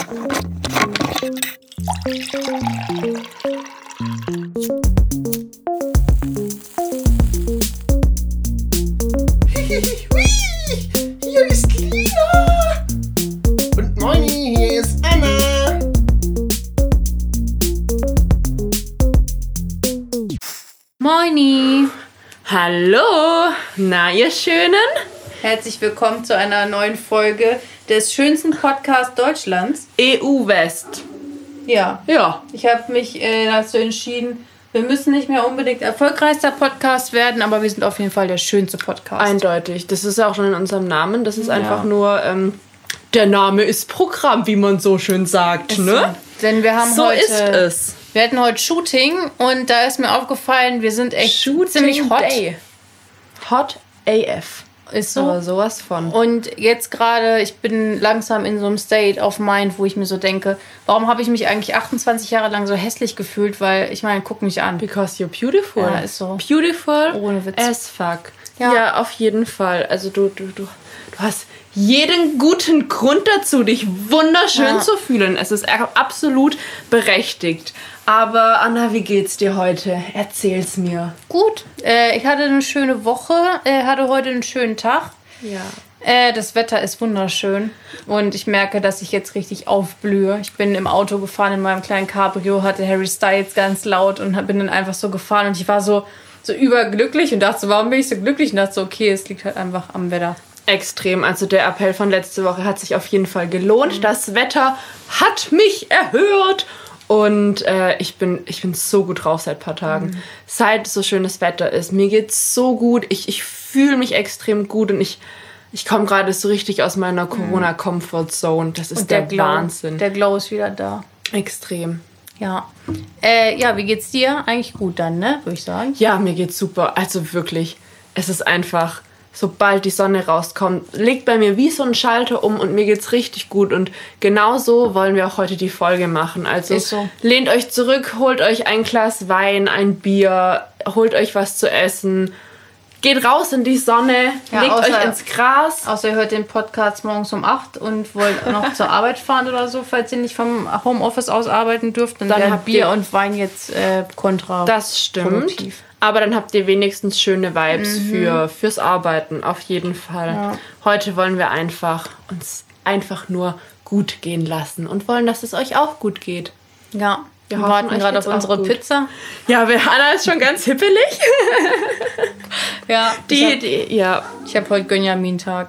Hier ist Lina. Und Moini, hier ist Anna. Moini. Hallo, na ihr Schönen? Herzlich willkommen zu einer neuen Folge des schönsten Podcasts Deutschlands. EU-West. Ja. Ja. Ich habe mich dazu entschieden, wir müssen nicht mehr unbedingt erfolgreichster Podcast werden, aber wir sind auf jeden Fall der schönste Podcast. Eindeutig. Das ist auch schon in unserem Namen. Das ist einfach nur, der Name ist Programm, wie man so schön sagt, Ist ne? so. Denn wir haben So heute, ist es. Wir hatten heute Shooting und da ist mir aufgefallen, wir sind echt ziemlich hot. Day. Hot AF. Ist so. Aber sowas von. Und jetzt gerade, ich bin langsam in so einem State of Mind, wo ich mir so denke, warum habe ich mich eigentlich 28 Jahre lang so hässlich gefühlt? Weil, ich meine, guck mich an. Because you're beautiful. Ja, ist so. Beautiful Ohne Witz. as fuck. Ja. Ja, auf jeden Fall. Also du hast jeden guten Grund dazu, dich wunderschön zu fühlen. Es ist absolut berechtigt. Aber Anna, wie geht's dir heute? Erzähl's mir. Gut, ich hatte eine schöne Woche, hatte heute einen schönen Tag. Ja. Das Wetter ist wunderschön und ich merke, dass ich jetzt richtig aufblühe. Ich bin im Auto gefahren in meinem kleinen Cabrio, hatte Harry Styles ganz laut und bin dann einfach so gefahren und ich war so überglücklich und dachte so, warum bin ich so glücklich? Und dachte so, okay, es liegt halt einfach am Wetter. Extrem. Also der Appell von letzte Woche hat sich auf jeden Fall gelohnt. Das Wetter hat mich erhört. Und ich bin so gut drauf seit ein paar Tagen. Seit so schönes Wetter ist. Mir geht's so gut. Ich fühle mich extrem gut und ich komme gerade so richtig aus meiner Corona-Comfort-Zone. Das ist der Wahnsinn. Der Glow ist wieder da. Extrem. Ja. Ja, wie geht's dir? Eigentlich gut dann, ne? Würde ich sagen. Ja, mir geht's super. Also wirklich, es ist einfach, sobald die Sonne rauskommt, legt bei mir wie so ein Schalter um und mir geht's richtig gut. Und genau so wollen wir auch heute die Folge machen. Also Ist so. Lehnt euch zurück, holt euch ein Glas Wein, ein Bier, holt euch was zu essen. Geht raus in die Sonne, Ja, legt außer- euch ins Gras. Außer ihr hört den Podcast morgens um 8 und wollt noch zur Arbeit fahren oder so, falls ihr nicht vom Homeoffice aus arbeiten dürft, dann wäre habt Bier ihr- und Wein jetzt kontra. Das stimmt. produktiv. Aber dann habt ihr wenigstens schöne Vibes fürs Arbeiten, auf jeden Fall. Ja. Heute wollen wir uns einfach nur gut gehen lassen und wollen, dass es euch auch gut geht. Ja, wir hoffen, warten euch gerade geht's auf auch unsere gut. Pizza. Ja, Anna ist schon ganz hippelig. Ja, Ja, ich hab heute Gönjamin-Tag.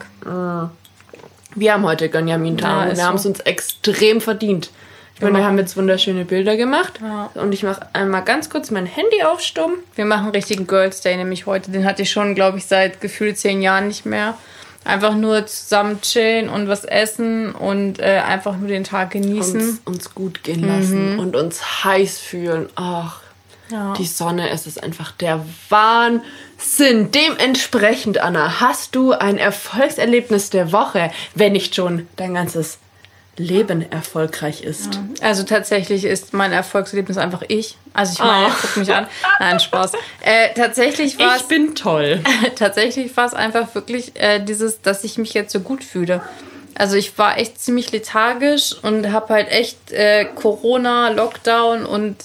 wir haben heute Gönjamin-Tag Ja, und ist wir haben es so. uns extrem verdient. Ich meine, wir haben jetzt wunderschöne Bilder gemacht Ja. und ich mache einmal ganz kurz mein Handy auf stumm. Wir machen richtigen Girls Day nämlich heute. Den hatte ich schon, glaube ich, seit gefühlt 10 Jahren nicht mehr. Einfach nur zusammen chillen und was essen und einfach nur den Tag genießen. Uns gut gehen lassen und uns heiß fühlen. Ach, Ja. die Sonne, es ist einfach der Wahnsinn. Dementsprechend, Anna, hast du ein Erfolgserlebnis der Woche, wenn nicht schon dein ganzes Leben erfolgreich ist? Also tatsächlich ist mein Erfolgserlebnis einfach ich. Also ich meine, guck mich an. Nein, Spaß. Tatsächlich war Ich bin toll. tatsächlich war es einfach wirklich dass ich mich jetzt so gut fühle. Also ich war echt ziemlich lethargisch und habe halt echt Corona, Lockdown und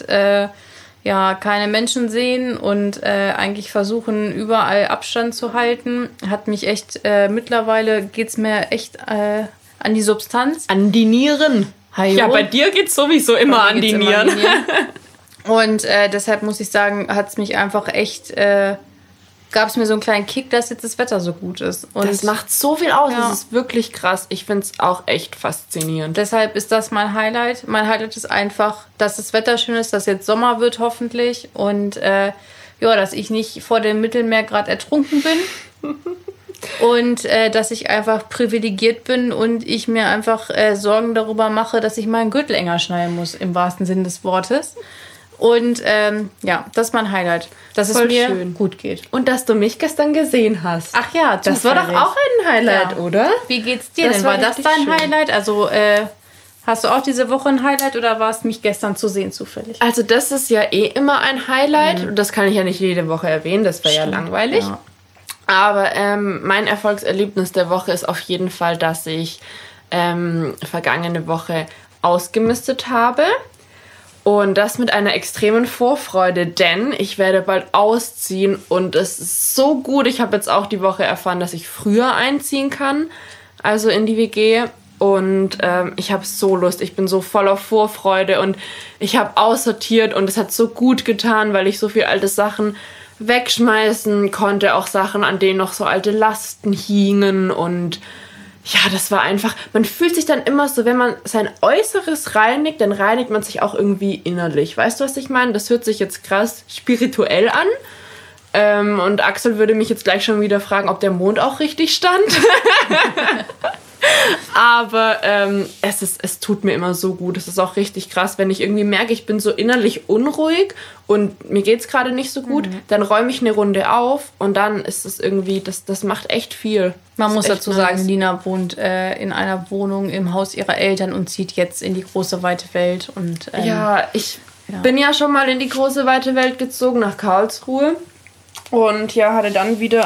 keine Menschen sehen und eigentlich versuchen, überall Abstand zu halten. Hat mich echt, mittlerweile geht's mir echt an die Substanz. An die Nieren. Hajo. Ja, bei dir geht's sowieso immer an die Geht's immer Nieren. Und deshalb muss ich sagen, hat es mich einfach echt, gab es mir so einen kleinen Kick, dass jetzt das Wetter so gut ist. Und Das macht so viel aus. Ja. Das ist wirklich krass. Ich finde es auch echt faszinierend. deshalb ist das mein Highlight. Mein Highlight ist einfach, dass das Wetter schön ist, dass jetzt Sommer wird hoffentlich und dass ich nicht vor dem Mittelmeer gerade ertrunken bin. Und dass ich einfach privilegiert bin und ich mir einfach Sorgen darüber mache, dass ich meinen Gürtel enger schnallen muss, im wahrsten Sinne des Wortes. Und das ist mein Highlight, dass Voll es mir schön. gut geht. Und dass du mich gestern gesehen hast. Ach ja, das war doch zufällig. auch ein Highlight, Ja. oder? Wie geht's dir Das denn? war War das richtig dein schön. Highlight? Also hast du auch diese Woche ein Highlight oder war es mich gestern zu sehen zufällig? Also das ist ja eh immer ein Highlight. Und das kann ich ja nicht jede Woche erwähnen. Das wäre ja langweilig. Ja. Aber mein Erfolgserlebnis der Woche ist auf jeden Fall, dass ich vergangene Woche ausgemistet habe. Und das mit einer extremen Vorfreude, denn ich werde bald ausziehen und es ist so gut. Ich habe jetzt auch die Woche erfahren, dass ich früher einziehen kann, also in die WG. Und ich habe so Lust, ich bin so voller Vorfreude und ich habe aussortiert und es hat so gut getan, weil ich so viele alte Sachen wegschmeißen konnte, auch Sachen, an denen noch so alte Lasten hingen und ja, das war einfach, man fühlt sich dann immer so, wenn man sein Äußeres reinigt, dann reinigt man sich auch irgendwie innerlich. Weißt du, was ich meine? Das hört sich jetzt krass spirituell an. Und Axel würde mich jetzt gleich schon wieder fragen, ob der Mond auch richtig stand. Aber es tut mir immer so gut. Es ist auch richtig krass, wenn ich irgendwie merke, ich bin so innerlich unruhig und mir geht's gerade nicht so gut, dann räume ich eine Runde auf und dann ist es irgendwie, das macht echt viel. Man muss dazu sagen, Lina wohnt in einer Wohnung im Haus ihrer Eltern und zieht jetzt in die große, weite Welt. Und, ich bin ja schon mal in die große, weite Welt gezogen, nach Karlsruhe. Und ja, hatte dann wieder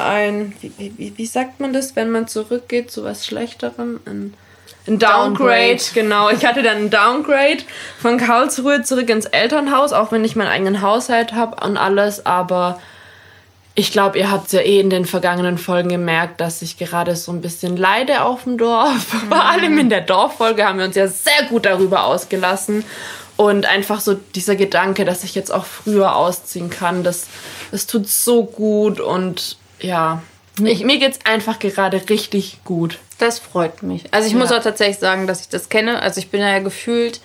wie sagt man das, wenn man zurückgeht zu was Schlechterem? Ein Downgrade, genau. Ich hatte dann ein Downgrade von Karlsruhe zurück ins Elternhaus, auch wenn ich meinen eigenen Haushalt habe und alles. Aber ich glaube, ihr habt es ja in den vergangenen Folgen gemerkt, dass ich gerade so ein bisschen leide auf dem Dorf. Vor allem in der Dorffolge haben wir uns ja sehr gut darüber ausgelassen. Und einfach so dieser Gedanke, dass ich jetzt auch früher ausziehen kann, das tut so gut. Und ja, mir geht's einfach gerade richtig gut. Das freut mich. Also ich muss auch tatsächlich sagen, dass ich das kenne. Also ich bin ja gefühlt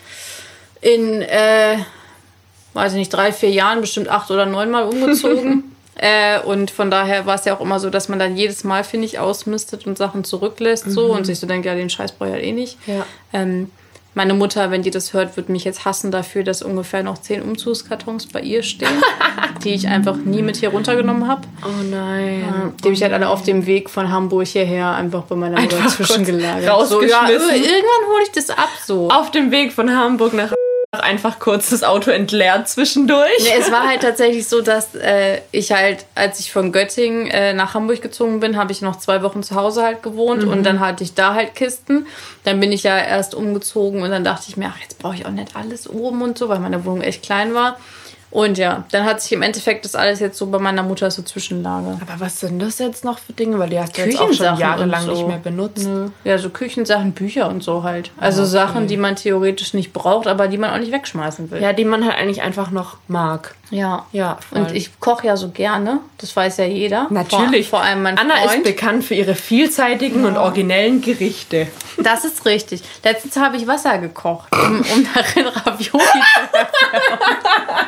in, weiß ich nicht, 3-4 Jahren bestimmt 8 oder 9 Mal umgezogen. Und von daher war es ja auch immer so, dass man dann jedes Mal, finde ich, ausmistet und Sachen zurücklässt so und sich so denkt, ja, den Scheiß brauche ich halt eh nicht. Ja. Meine Mutter, wenn die das hört, wird mich jetzt hassen dafür, dass ungefähr noch 10 Umzugskartons bei ihr stehen, die ich einfach nie mit hier runtergenommen habe. Oh nein. Die habe ich halt alle auf dem Weg von Hamburg hierher einfach bei meiner Mutter zwischengelagert. Rausgeschmissen. So, ja, irgendwann hole ich das ab so. Auf dem Weg von Hamburg nach einfach kurz das Auto entleert zwischendurch. Nee, es war halt tatsächlich so, dass ich halt, als ich von Göttingen nach Hamburg gezogen bin, habe ich noch 2 Wochen zu Hause halt gewohnt und dann hatte ich da halt Kisten. Dann bin ich ja erst umgezogen und dann dachte ich mir, ach, jetzt brauche ich auch nicht alles oben und so, weil meine Wohnung echt klein war. Und ja, dann hat sich im Endeffekt das alles jetzt so bei meiner Mutter so Zwischenlager. Aber was sind das jetzt noch für Dinge? Weil die hast du jetzt auch schon jahrelang so nicht mehr benutzt. Nö. Ja, so Küchensachen, Bücher und so halt. Also Sachen, die man theoretisch nicht braucht, aber die man auch nicht wegschmeißen will. Ja, die man halt eigentlich einfach noch mag. Ja. Ja, voll. Und ich koche ja so gerne. Das weiß ja jeder. Natürlich. Vor allem mein Freund. Anna ist bekannt für ihre vielseitigen und originellen Gerichte. Das ist richtig. Letztens habe ich Wasser gekocht, um darin Ravioli zu machen.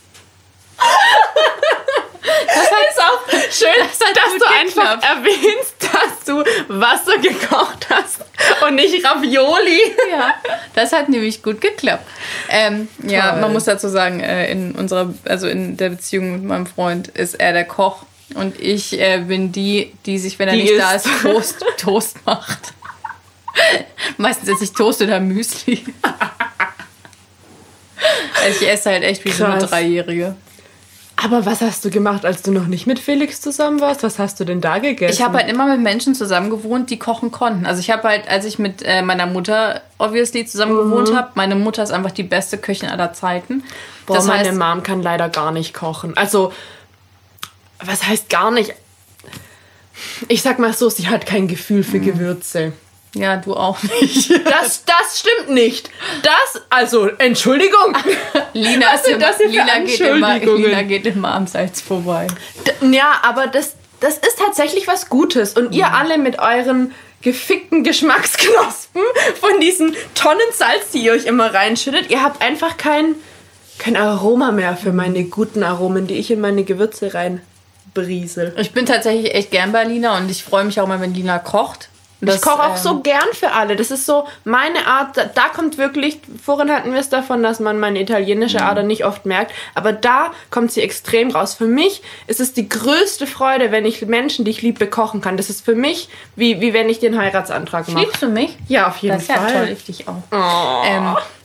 Das ist auch schön, dass du einfach erwähnst, dass du Wasser gekocht hast und nicht Ravioli. Ja, das hat nämlich gut geklappt. Ja, man muss dazu sagen, in der Beziehung mit meinem Freund ist er der Koch und ich bin die sich, wenn er nicht da ist, Toast macht. Meistens esse ich Toast oder Müsli. Also ich esse halt echt wie so eine 3-Jährige. Aber was hast du gemacht, als du noch nicht mit Felix zusammen warst? Was hast du denn da gegessen? Ich habe halt immer mit Menschen zusammen gewohnt, die kochen konnten. Also ich habe halt, als ich mit meiner Mutter obviously zusammen gewohnt habe, meine Mutter ist einfach die beste Köchin aller Zeiten. Boah, das heißt, meine Mom kann leider gar nicht kochen. Also, was heißt gar nicht? Ich sag mal so, sie hat kein Gefühl für Gewürze. Ja, du auch nicht. Das stimmt nicht. Entschuldigung. Lina geht immer am Salz vorbei. Ja, aber das ist tatsächlich was Gutes. Und ihr alle mit euren gefickten Geschmacksknospen von diesen Tonnen Salz, die ihr euch immer reinschüttet, ihr habt einfach kein Aroma mehr für meine guten Aromen, die ich in meine Gewürze reinbriesel. Ich bin tatsächlich echt gern bei Lina und ich freue mich auch mal, wenn Lina kocht. Ich koche auch so gern für alle. Das ist so meine Art. Da kommt wirklich, vorhin hatten wir es davon, dass man meine italienische Ader nicht oft merkt. Aber da kommt sie extrem raus. Für mich ist es die größte Freude, wenn ich Menschen, die ich liebe, kochen kann. Das ist für mich, wie wenn ich den Heiratsantrag mache. Liebst du mich? Ja, auf jeden Fall. Das ist ja toll, ich dich auch.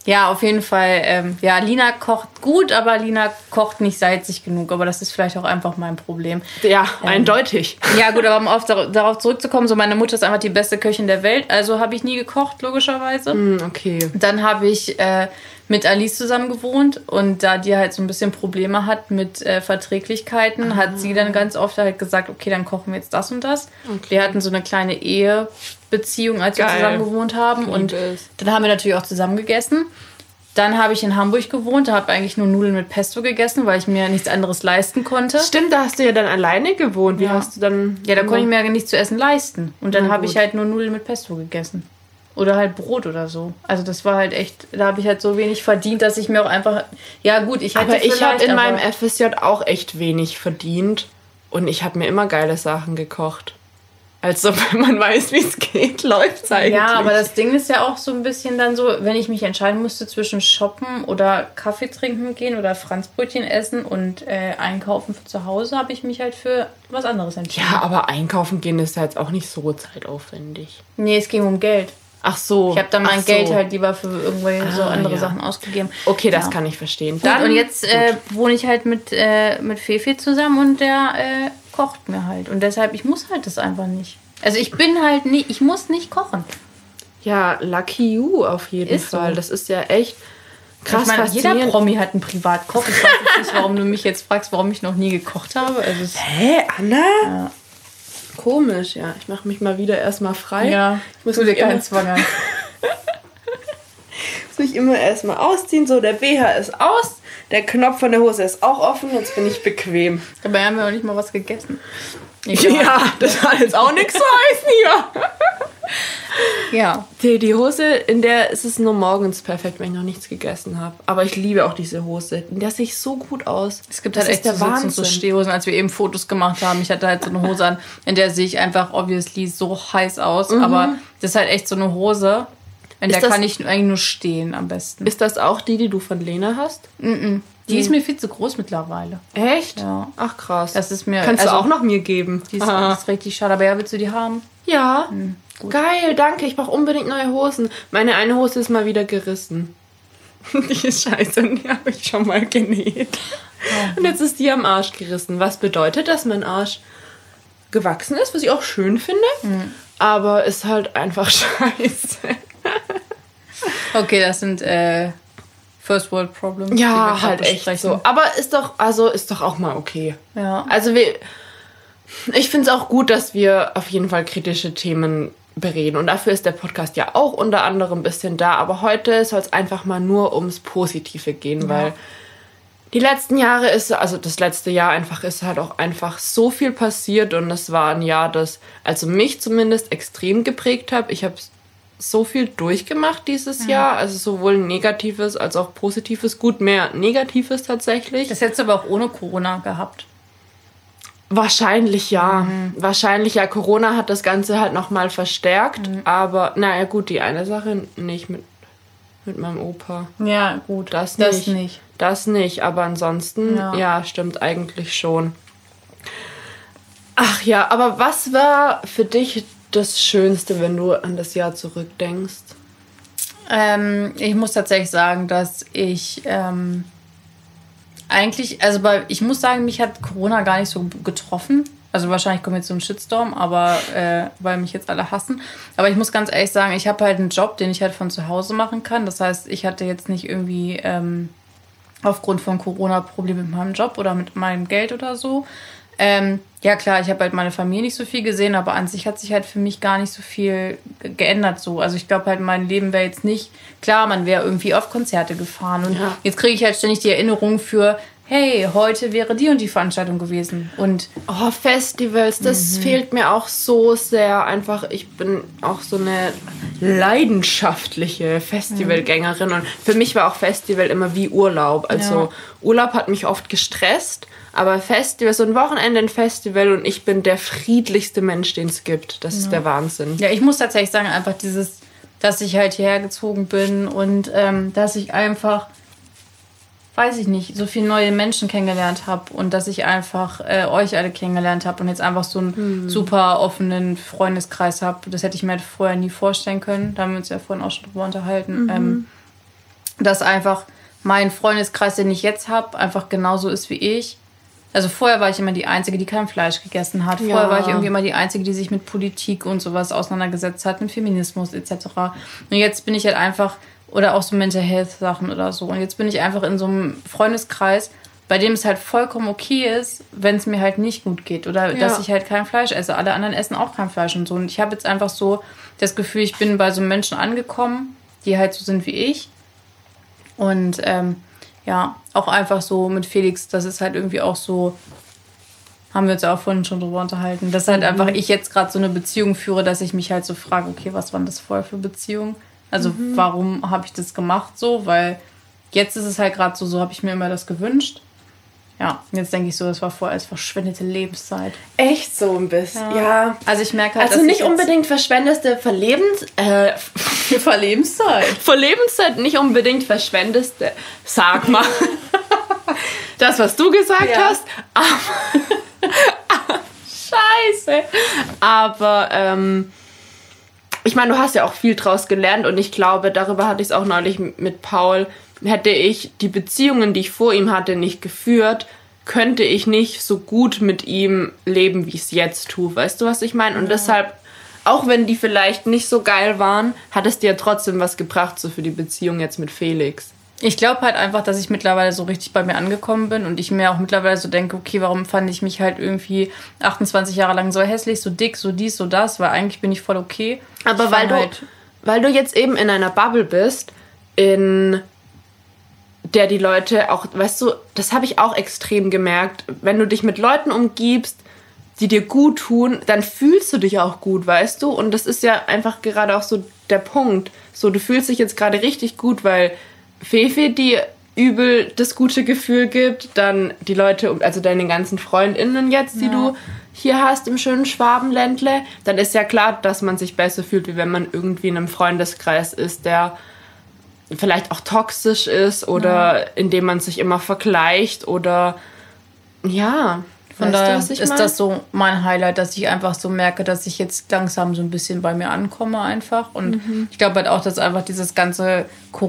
Ja, auf jeden Fall. Ja, Lina kocht gut, aber Lina kocht nicht salzig genug. Aber das ist vielleicht auch einfach mein Problem. Ja, eindeutig. Ja, gut, aber um darauf zurückzukommen, so meine Mutter ist einfach die beste Köchin der Welt. Also habe ich nie gekocht, logischerweise. Okay. Dann habe ich mit Alice zusammen gewohnt. Und da die halt so ein bisschen Probleme hat mit Verträglichkeiten, hat sie dann ganz oft halt gesagt, okay, dann kochen wir jetzt das und das. Okay. Wir hatten so eine kleine Ehebeziehung, als wir zusammen gewohnt haben. Und dann haben wir natürlich auch zusammen gegessen. Dann habe ich in Hamburg gewohnt, da habe ich eigentlich nur Nudeln mit Pesto gegessen, weil ich mir nichts anderes leisten konnte. Stimmt, da hast du ja dann alleine gewohnt. Wie hast du dann... Ja, da konnte ich mir ja nichts zu essen leisten. Und dann habe ich halt nur Nudeln mit Pesto gegessen. Oder halt Brot oder so. Also das war halt echt, da habe ich halt so wenig verdient, dass ich mir auch einfach... Ja gut, ich hätte aber ich habe in meinem FSJ auch echt wenig verdient. Und ich habe mir immer geile Sachen gekocht. Also, wenn man weiß, wie es geht, läuft es eigentlich. Ja, aber das Ding ist ja auch so ein bisschen dann so, wenn ich mich entscheiden musste zwischen shoppen oder Kaffee trinken gehen oder Franzbrötchen essen und einkaufen für zu Hause, habe ich mich halt für was anderes entschieden. Ja, aber einkaufen gehen ist ja jetzt auch nicht so zeitaufwendig. Nee, es ging um Geld. Ach so. Ich habe dann mein Geld halt lieber für irgendwelche so andere Sachen ausgegeben. Okay, das kann ich verstehen. Dann, und jetzt wohne ich halt mit Fefi zusammen und der kocht mir halt. Und deshalb, ich muss halt das einfach nicht. Also ich bin halt nicht, ich muss nicht kochen. Ja, lucky you auf jeden Fall. So. Das ist ja echt krass. Ich meine, jeder Promi hat einen Privatkoch. Ich weiß jetzt nicht, warum du mich jetzt fragst, warum ich noch nie gekocht habe. Also hä, Anna? Ja. Komisch, ja. Ich mache mich mal wieder erstmal frei. Ja, ich muss dir keinen Zwang an. Muss mich immer erstmal ausziehen. So, der BH ist aus. Der Knopf von der Hose ist auch offen. Jetzt bin ich bequem. Dabei haben wir auch nicht mal was gegessen. Ja, das war jetzt auch nichts zu heißen hier. Ja. Die Hose, in der ist es nur morgens perfekt, wenn ich noch nichts gegessen habe. Aber ich liebe auch diese Hose. In der sehe ich so gut aus. Es gibt halt echt so Stehhosen, als wir eben Fotos gemacht haben. Ich hatte halt so eine Hose an, in der sehe ich einfach obviously so heiß aus. Aber das ist halt echt so eine Hose, in der kann ich eigentlich nur stehen am besten. Ist das auch die du von Lena hast? Die ist mir viel zu groß mittlerweile. Echt? Ja. Ach krass. Das ist mir, kannst du auch noch mir geben. Die ist richtig schade. Aber ja, willst du die haben? Ja. Gut. Geil, danke. Ich brauche unbedingt neue Hosen. Meine eine Hose ist mal wieder gerissen. Die ist scheiße. Die habe ich schon mal genäht. Und jetzt ist die am Arsch gerissen. Was bedeutet, dass mein Arsch gewachsen ist, was ich auch schön finde. Aber ist halt einfach scheiße. Okay, das sind First World Problems. Ja, halt echt so. Aber ist doch auch mal okay. Ja. Also ich finde es auch gut, dass wir auf jeden Fall kritische Themen bereden. Und dafür ist der Podcast ja auch unter anderem ein bisschen da. Aber heute soll es einfach mal nur ums Positive gehen, weil die letzten Jahre das letzte Jahr ist halt auch einfach so viel passiert. Und es war ein Jahr, das also mich zumindest extrem geprägt hat. Ich habe so viel durchgemacht dieses Jahr. Also sowohl Negatives als auch Positives. Gut, mehr Negatives tatsächlich. Das hättest du aber auch ohne Corona gehabt. Wahrscheinlich ja. Wahrscheinlich ja. Corona hat das Ganze halt nochmal verstärkt. Aber naja gut, die eine Sache nicht mit meinem Opa. Ja, gut. Das nicht. Aber ansonsten, ja, stimmt eigentlich schon. Ach ja, aber was war für dich das Schönste, wenn du an das Jahr zurückdenkst? Ich muss tatsächlich sagen, dass ich eigentlich, also ich muss sagen, mich hat Corona gar nicht so getroffen. Also wahrscheinlich kommt jetzt so ein Shitstorm, aber weil mich jetzt alle hassen. Aber ich muss ganz ehrlich sagen, ich habe halt einen Job, den ich halt von zu Hause machen kann. Das heißt, ich hatte jetzt nicht irgendwie aufgrund von Corona Probleme mit meinem Job oder mit meinem Geld oder so. Ja klar, ich habe halt meine Familie nicht so viel gesehen, aber an sich hat sich halt für mich gar nicht so viel geändert so. Also ich glaube halt, mein Leben wäre jetzt nicht, klar, man wäre irgendwie auf Konzerte gefahren und jetzt kriege ich halt ständig die Erinnerung für, hey, heute wäre die und die Veranstaltung gewesen. Und Festivals, das fehlt mir auch so sehr. Einfach, ich bin auch so eine leidenschaftliche Festivalgängerin und für mich war auch Festival immer wie Urlaub. Also Urlaub hat mich oft gestresst, aber Festival, so ein Wochenende ein Festival und ich bin der friedlichste Mensch, den es gibt. Das ist der Wahnsinn. Ja, ich muss tatsächlich sagen, einfach dieses, dass ich halt hierher gezogen bin und dass ich einfach, weiß ich nicht, so viele neue Menschen kennengelernt habe und dass ich einfach euch alle kennengelernt habe und jetzt einfach so einen super offenen Freundeskreis habe. Das hätte ich mir halt vorher nie vorstellen können. Da haben wir uns ja vorhin auch schon drüber unterhalten. dass einfach mein Freundeskreis, den ich jetzt habe, einfach genauso ist wie ich. Also vorher war ich immer die Einzige, die kein Fleisch gegessen hat. Vorher war ich irgendwie immer die Einzige, die sich mit Politik und sowas auseinandergesetzt hat, mit Feminismus etc. Und jetzt bin ich halt einfach, oder auch so Mental Health Sachen oder so. Und jetzt bin ich einfach in so einem Freundeskreis, bei dem es halt vollkommen okay ist, wenn es mir halt nicht gut geht. Oder dass ich halt kein Fleisch esse. Alle anderen essen auch kein Fleisch und so. Und ich habe jetzt einfach so das Gefühl, ich bin bei so Menschen angekommen, die halt so sind wie ich. Und auch einfach so mit Felix, das ist halt irgendwie auch so, haben wir uns ja auch vorhin schon drüber unterhalten, dass halt einfach ich jetzt gerade so eine Beziehung führe, dass ich mich halt so frage, okay, was waren das vorher für Beziehungen? Also warum habe ich das gemacht so? Weil jetzt ist es halt gerade so habe ich mir immer das gewünscht. Ja, und jetzt denke ich so, das war vorher als verschwendete Lebenszeit. Echt so ein bisschen, ja. Also ich merke halt, also nicht unbedingt verschwendeste Verlebenszeit. Verlebenszeit nicht unbedingt verschwendeste, sag mal. Das, was du gesagt hast. Scheiße. Aber ich meine, du hast ja auch viel draus gelernt und ich glaube, darüber hatte ich es auch neulich mit Paul. Hätte ich die Beziehungen, die ich vor ihm hatte, nicht geführt, könnte ich nicht so gut mit ihm leben, wie ich es jetzt tue. Weißt du, was ich meine? Und deshalb, auch wenn die vielleicht nicht so geil waren, hat es dir trotzdem was gebracht, so für die Beziehung jetzt mit Felix. Ich glaube halt einfach, dass ich mittlerweile so richtig bei mir angekommen bin und ich mir auch mittlerweile so denke, okay, warum fand ich mich halt irgendwie 28 Jahre lang so hässlich, so dick, so dies, so das, weil eigentlich bin ich voll okay. Aber weil du jetzt eben in einer Bubble bist, in der die Leute auch, weißt du, das habe ich auch extrem gemerkt, wenn du dich mit Leuten umgibst, die dir gut tun, dann fühlst du dich auch gut, weißt du? Und das ist ja einfach gerade auch so der Punkt. So, du fühlst dich jetzt gerade richtig gut, weil Fefe dir übel das gute Gefühl gibt, dann die Leute, also deine ganzen FreundInnen jetzt, die du hier hast im schönen Schwabenländle, dann ist ja klar, dass man sich besser fühlt, wie wenn man irgendwie in einem Freundeskreis ist, der vielleicht auch toxisch ist oder in dem man sich immer vergleicht oder von daher ist das so mein Highlight, dass ich einfach so merke, dass ich jetzt langsam so ein bisschen bei mir ankomme einfach. Und ich glaube halt auch, dass einfach dieses ganze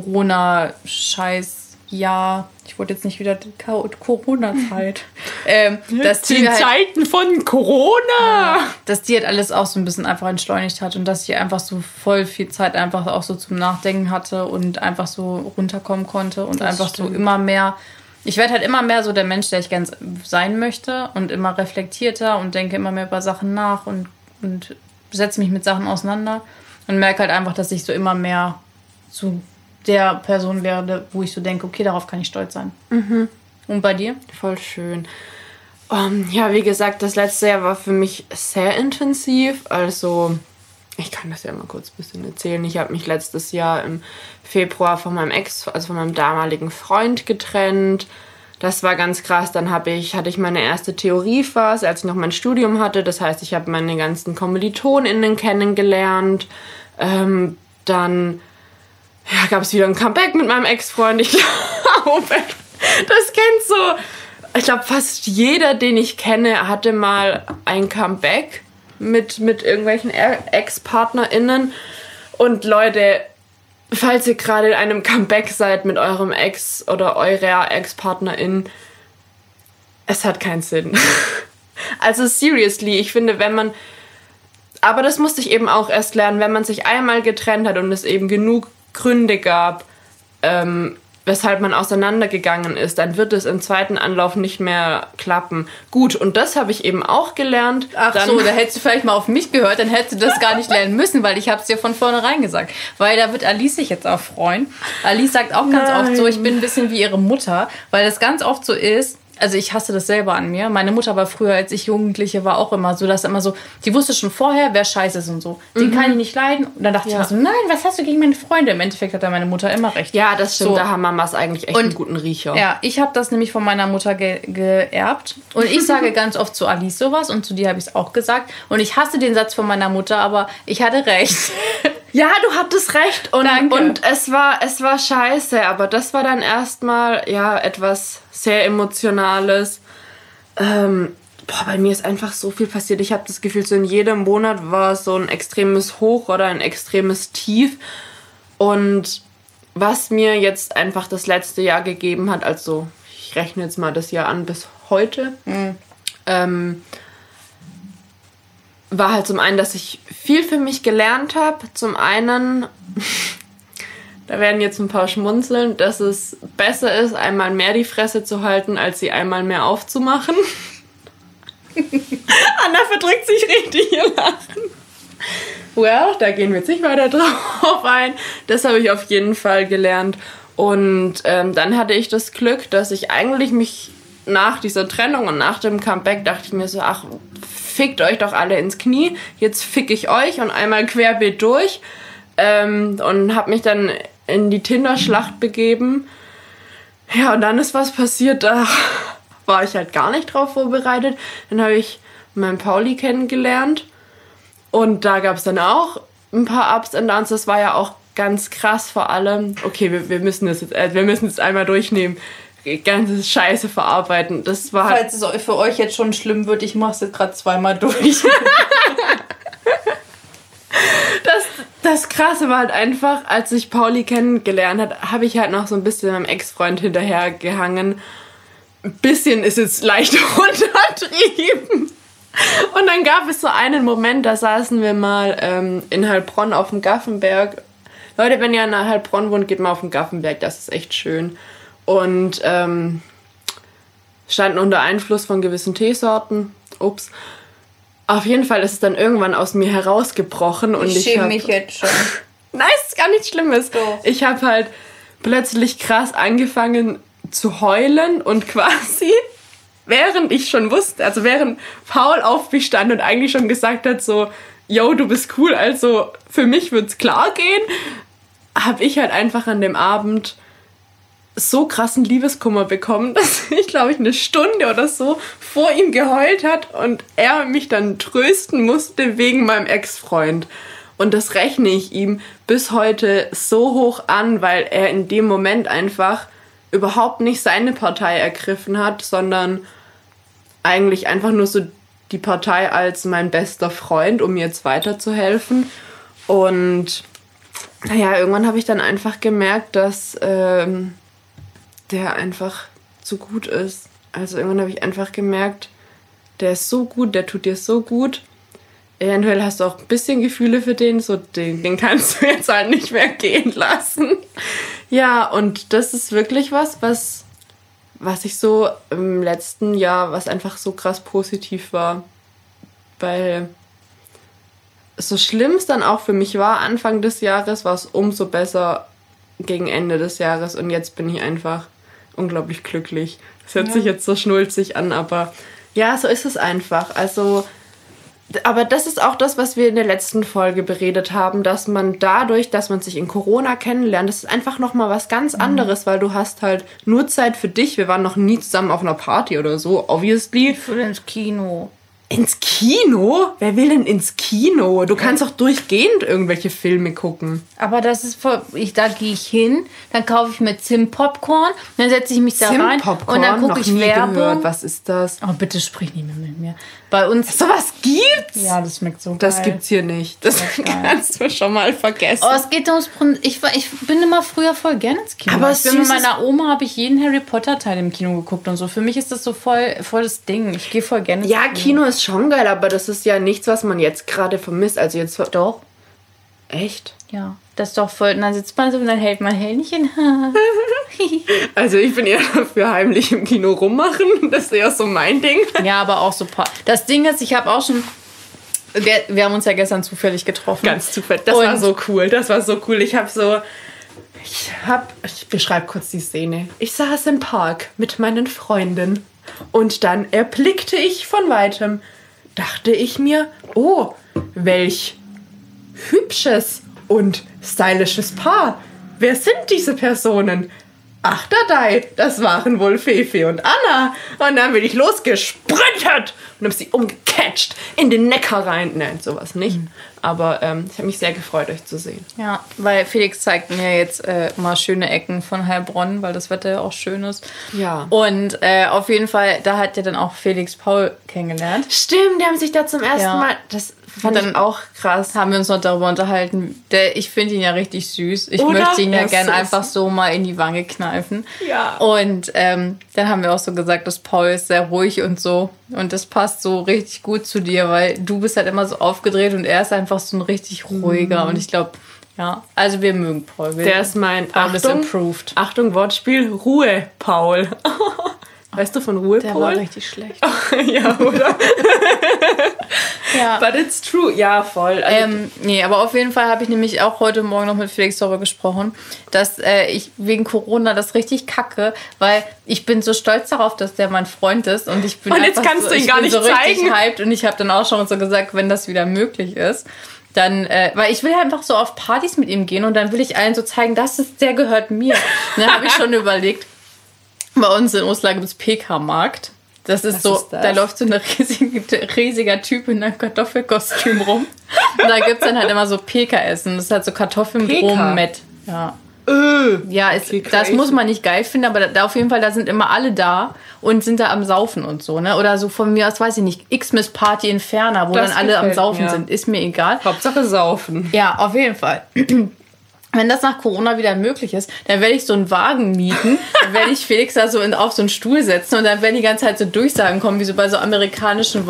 Corona-Scheiß-Jahr, ich wollte jetzt nicht wieder die Corona-Zeit, dass die halt, Zeiten von Corona! Dass die halt alles auch so ein bisschen einfach entschleunigt hat und dass ich einfach so voll viel Zeit einfach auch so zum Nachdenken hatte und einfach so runterkommen konnte und das einfach stimmt. So immer mehr. Ich werde halt immer mehr so der Mensch, der ich gern sein möchte und immer reflektierter und denke immer mehr über Sachen nach und setze mich mit Sachen auseinander und merke halt einfach, dass ich so immer mehr zu der Person werde, wo ich so denke, okay, darauf kann ich stolz sein. Und bei dir? Voll schön. Ja, wie gesagt, das letzte Jahr war für mich sehr intensiv. Also, ich kann das ja mal kurz ein bisschen erzählen. Ich habe mich letztes Jahr im Februar von meinem von meinem damaligen Freund getrennt. Das war ganz krass. Dann hatte ich meine erste Theoriephase, als ich noch mein Studium hatte. Das heißt, ich habe meine ganzen KommilitonInnen kennengelernt. Dann gab es wieder ein Comeback mit meinem Ex-Freund. Ich glaube, das kennt so. Ich glaube, fast jeder, den ich kenne, hatte mal ein Comeback mit irgendwelchen Ex-PartnerInnen. Und Leute, falls ihr gerade in einem Comeback seid mit eurem Ex oder eurer Ex-PartnerIn, es hat keinen Sinn. Also seriously, ich finde, aber das musste ich eben auch erst lernen, wenn man sich einmal getrennt hat und es eben genug Gründe gab, weshalb man auseinandergegangen ist, dann wird es im zweiten Anlauf nicht mehr klappen. Gut, und das habe ich eben auch gelernt. Ach so, da hättest du vielleicht mal auf mich gehört, dann hättest du das gar nicht lernen müssen, weil ich habe es dir von vornherein gesagt. Weil da wird Alice sich jetzt auch freuen. Alice sagt auch ganz oft so, ich bin ein bisschen wie ihre Mutter, weil das ganz oft so ist. Also ich hasse das selber an mir. Meine Mutter war früher, als ich Jugendliche war, auch immer so, dass immer so, die wusste schon vorher, wer scheiße ist und so. Den kann ich nicht leiden. Und dann dachte ich mir so, nein, was hast du gegen meine Freunde? Im Endeffekt hat da meine Mutter immer recht. Ja, das stimmt. So. Da haben Mamas eigentlich echt einen guten Riecher. Ja, ich habe das nämlich von meiner Mutter geerbt. Und ich sage ganz oft zu Alice sowas und zu dir habe ich es auch gesagt. Und ich hasse den Satz von meiner Mutter, aber ich hatte recht. Ja, du hattest recht und es war scheiße, aber das war dann erstmal etwas sehr Emotionales. Bei mir ist einfach so viel passiert. Ich habe das Gefühl, so in jedem Monat war so ein extremes Hoch oder ein extremes Tief. Und was mir jetzt einfach das letzte Jahr gegeben hat, also ich rechne jetzt mal das Jahr an bis heute, war halt zum einen, dass ich viel für mich gelernt habe. Zum einen, da werden jetzt ein paar schmunzeln, dass es besser ist, einmal mehr die Fresse zu halten, als sie einmal mehr aufzumachen. Anna verdrückt sich richtig ihr Lachen. Well, da gehen wir jetzt nicht weiter drauf ein. Das habe ich auf jeden Fall gelernt. Und dann hatte ich das Glück, dass ich eigentlich mich nach dieser Trennung und nach dem Comeback dachte ich mir so, ach, fickt euch doch alle ins Knie, jetzt fick ich euch und einmal querbeet durch. Und habe mich dann in die Tinder-Schlacht begeben. Ja, und dann ist was passiert, da war ich halt gar nicht drauf vorbereitet. Dann habe ich meinen Pauli kennengelernt. Und da gab es dann auch ein paar Ups und Downs. Das war ja auch ganz krass vor allem. Okay, wir müssen jetzt einmal durchnehmen. Ganze Scheiße verarbeiten. Das war Falls es für euch jetzt schon schlimm wird, ich mach's jetzt gerade zweimal durch. Das Krasse war halt einfach, als ich Pauli kennengelernt habe, habe ich halt noch so ein bisschen meinem Ex-Freund hinterhergehangen. Ein bisschen ist jetzt leicht untertrieben. Und dann gab es so einen Moment, da saßen wir mal in Heilbronn auf dem Gaffenberg. Leute, wenn ihr in Heilbronn wohnt, geht mal auf den Gaffenberg, das ist echt schön. Und standen unter Einfluss von gewissen Teesorten. Ups. Auf jeden Fall ist es dann irgendwann aus mir herausgebrochen. Und ich schäme mich jetzt schon. Nein, ist gar nichts Schlimmes. Doch. Ich habe halt plötzlich krass angefangen zu heulen und quasi, während ich schon wusste, also während Paul auf mich stand und eigentlich schon gesagt hat so, yo, du bist cool, also für mich wird's klar gehen, habe ich halt einfach an dem Abend so krassen Liebeskummer bekommen, dass ich, glaube ich, eine Stunde oder so vor ihm geheult hat und er mich dann trösten musste wegen meinem Ex-Freund. Und das rechne ich ihm bis heute so hoch an, weil er in dem Moment einfach überhaupt nicht seine Partei ergriffen hat, sondern eigentlich einfach nur so die Partei als mein bester Freund, um mir jetzt weiterzuhelfen. Und naja, irgendwann habe ich dann einfach gemerkt, dass der einfach zu gut ist. Also irgendwann habe ich einfach gemerkt, der ist so gut, der tut dir so gut. Eventuell hast du auch ein bisschen Gefühle für den, so den kannst du jetzt halt nicht mehr gehen lassen. Ja, und das ist wirklich was ich so im letzten Jahr, was einfach so krass positiv war. Weil so schlimm es dann auch für mich war, Anfang des Jahres, war es umso besser gegen Ende des Jahres. Und jetzt bin ich einfach unglaublich glücklich. Das hört sich jetzt so schnulzig an, aber ja, so ist es einfach. Also, aber das ist auch das, was wir in der letzten Folge beredet haben, dass man dadurch, dass man sich in Corona kennenlernt, das ist einfach nochmal was ganz anderes, weil du hast halt nur Zeit für dich. Wir waren noch nie zusammen auf einer Party oder so, obviously. Ich will ins Kino. Ins Kino? Wer will denn ins Kino? Du kannst doch durchgehend irgendwelche Filme gucken. Aber das ist voll. Da gehe ich hin, dann kaufe ich mir Zimt-Popcorn, dann setze ich mich da rein und dann gucke ich Werbung. Gehört. Was ist das? Oh, bitte sprich nicht mehr mit mir. Bei uns. Sowas gibt's? Ja, das schmeckt so Das geil. gibt's hier nicht. Das kannst du schon mal vergessen. Oh, es geht ums Prinzip. Ich bin immer früher voll gerne ins Kino. Aber ich bin mit meiner Oma, habe ich jeden Harry Potter Teil im Kino geguckt und so. Für mich ist das so voll das Ding. Ich gehe voll gerne ins Ja, Kino ist schon geil, aber das ist ja nichts, was man jetzt gerade vermisst. Also jetzt Doch. Echt? Ja, das ist doch voll. Und dann sitzt man so und dann hält man Händchen. Also ich bin eher dafür heimlich im Kino rummachen. Das ist eher so mein Ding. Ja, aber auch so Das Ding ist, ich habe auch schon. Wir haben uns ja gestern zufällig getroffen. Ganz zufällig. Das war so cool. Das war so cool. Ich beschreibe kurz die Szene. Ich saß im Park mit meinen Freunden und dann erblickte ich von Weitem, dachte ich mir, oh, welch hübsches und stylisches Paar. Wer sind diese Personen? Ach, das waren wohl Fefe und Anna. Und dann bin ich losgesprintet und habe sie umgecatcht in den Neckar rein. Nein, sowas nicht. Aber ich habe mich sehr gefreut, euch zu sehen. Ja, weil Felix zeigt mir jetzt mal schöne Ecken von Heilbronn, weil das Wetter ja auch schön ist. Ja. Und auf jeden Fall, da hat ja dann auch Felix Paul kennengelernt. Stimmt, die haben sich da zum ersten Mal... Fand ich auch krass. Haben wir uns noch darüber unterhalten. Ich finde ihn ja richtig süß. Ich Oder? möchte ihn ja Er ist gern süß. einfach so mal in die Wange kneifen. Ja. Und dann haben wir auch so gesagt, dass Paul ist sehr ruhig und so. Und das passt so richtig gut zu dir, weil du bist halt immer so aufgedreht und er ist einfach so ein richtig ruhiger. Und ich glaube, ja, also wir mögen Paul. Der ist mein, Paul ist improved. Achtung, Wortspiel, Ruhe, Paul. Weißt du von Ruhe, Der Paul? war richtig schlecht. Ja, oder? Ja. But it's true. Ja, voll. Also, Nee, aber auf jeden Fall habe ich nämlich auch heute Morgen noch mit Felix darüber gesprochen, dass ich wegen Corona das richtig kacke, weil ich bin so stolz darauf, dass der mein Freund ist und ich bin Und jetzt einfach kannst so, du ihn ich gar bin nicht so richtig zeigen. hyped und ich habe dann auch schon so gesagt, wenn das wieder möglich ist, dann, weil ich will einfach so auf Partys mit ihm gehen und dann will ich allen so zeigen, der gehört mir. Und dann habe ich schon überlegt, bei uns in Oslo gibt es PK-Markt. Das ist Was ist das? Da läuft so ein riesiger Typ in einem Kartoffelkostüm rum. Und da gibt es dann halt immer so PK-Essen. Das ist halt so Kartoffeln mit PK? rohem Mett. Ja. Ja, Okay, das crazy. muss man nicht geil finden, aber da auf jeden Fall, da sind immer alle da und sind da am Saufen und so, ne? Oder so von mir aus, weiß ich nicht, Xmas Party Inferna, wo Das dann alle am gefällt Saufen mir. sind. Ist mir egal. Hauptsache saufen. Ja, auf jeden Fall. Wenn das nach Corona wieder möglich ist, dann werde ich so einen Wagen mieten, dann werde ich Felix da so auf so einen Stuhl setzen und dann werden die ganze Zeit so Durchsagen kommen, wie so bei so amerikanischen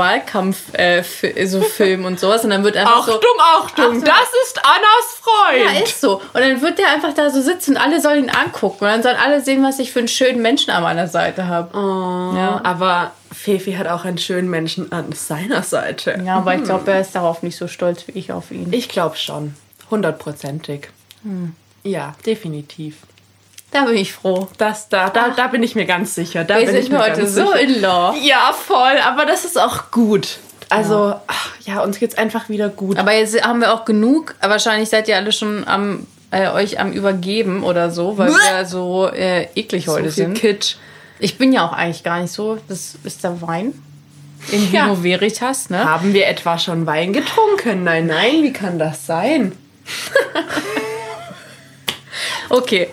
so Filmen und sowas. Und dann wird einfach so... Achtung, das ist Annas Freund. Ja, ist so. Und dann wird der einfach da so sitzen und alle sollen ihn angucken. Und dann sollen alle sehen, was ich für einen schönen Menschen an meiner Seite habe. Ja, aber Fefi hat auch einen schönen Menschen an seiner Seite. Ja, aber ich glaube, er ist darauf nicht so stolz wie ich auf ihn. Ich glaube schon. 100%. Ja, definitiv. Da bin ich froh. Da bin ich mir ganz sicher. Da Wir bin ich sind mir heute ganz so sicher. in Love. Ja, voll. Aber das ist auch gut. Also, uns geht's einfach wieder gut. Aber jetzt haben wir auch genug. Wahrscheinlich seid ihr alle schon euch am Übergeben oder so, weil wir so eklig heute viel sind. Kitsch. Ich bin ja auch eigentlich gar nicht so. Das ist der Wein. In Ja. Vino Veritas, ne? Haben wir etwa schon Wein getrunken? Nein, wie kann das sein? Okay.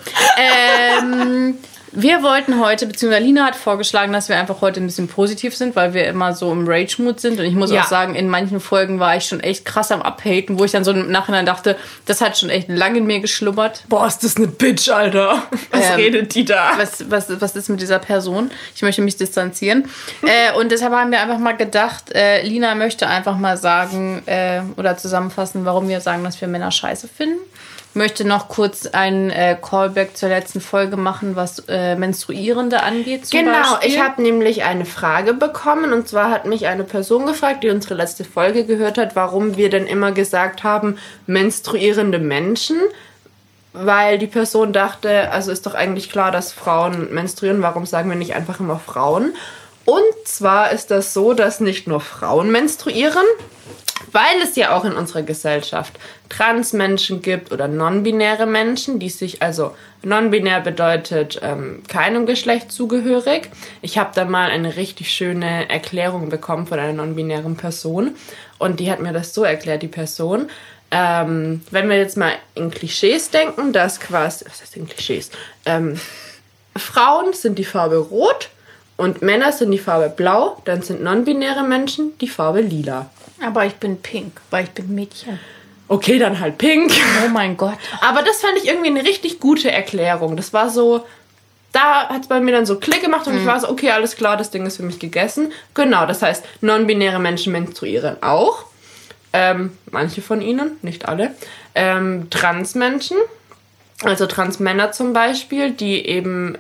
Wir wollten heute, beziehungsweise Lina hat vorgeschlagen, dass wir einfach heute ein bisschen positiv sind, weil wir immer so im Rage-Mood sind. Und ich muss Ja. auch sagen, in manchen Folgen war ich schon echt krass am Abhaten, wo ich dann so im Nachhinein dachte, das hat schon echt lange in mir geschlummert. Boah, ist das eine Bitch, Alter. Was redet die da? Was ist mit dieser Person? Ich möchte mich distanzieren. Und deshalb haben wir einfach mal gedacht, Lina möchte einfach mal sagen oder zusammenfassen, warum wir sagen, dass wir Männer scheiße finden. Ich möchte noch kurz einen Callback zur letzten Folge machen, was Menstruierende angeht. Zum Beispiel. ich habe nämlich eine Frage bekommen. Und zwar hat mich eine Person gefragt, die unsere letzte Folge gehört hat, warum wir denn immer gesagt haben, menstruierende Menschen. Weil die Person dachte, also ist doch eigentlich klar, dass Frauen menstruieren. Warum sagen wir nicht einfach immer Frauen? Und zwar ist das so, dass nicht nur Frauen menstruieren, weil es ja auch in unserer Gesellschaft Transmenschen gibt oder non-binäre Menschen, die sich, also non-binär bedeutet keinem Geschlecht zugehörig. Ich habe da mal eine richtig schöne Erklärung bekommen von einer non-binären Person und die hat mir das so erklärt, die Person. Wenn wir jetzt mal in Klischees denken, dass quasi, was heißt in Klischees? Frauen sind die Farbe rot und Männer sind die Farbe blau, dann sind non-binäre Menschen die Farbe lila. Aber ich bin pink, weil ich bin Mädchen. Okay, dann halt pink. Oh mein Gott. Aber das fand ich irgendwie eine richtig gute Erklärung. Das war so, da hat es bei mir dann so Klick gemacht und ich war so, okay, alles klar, das Ding ist für mich gegessen. Genau, das heißt, non-binäre Menschen menstruieren auch. Manche von ihnen, nicht alle. Transmenschen, also Transmänner zum Beispiel, die eben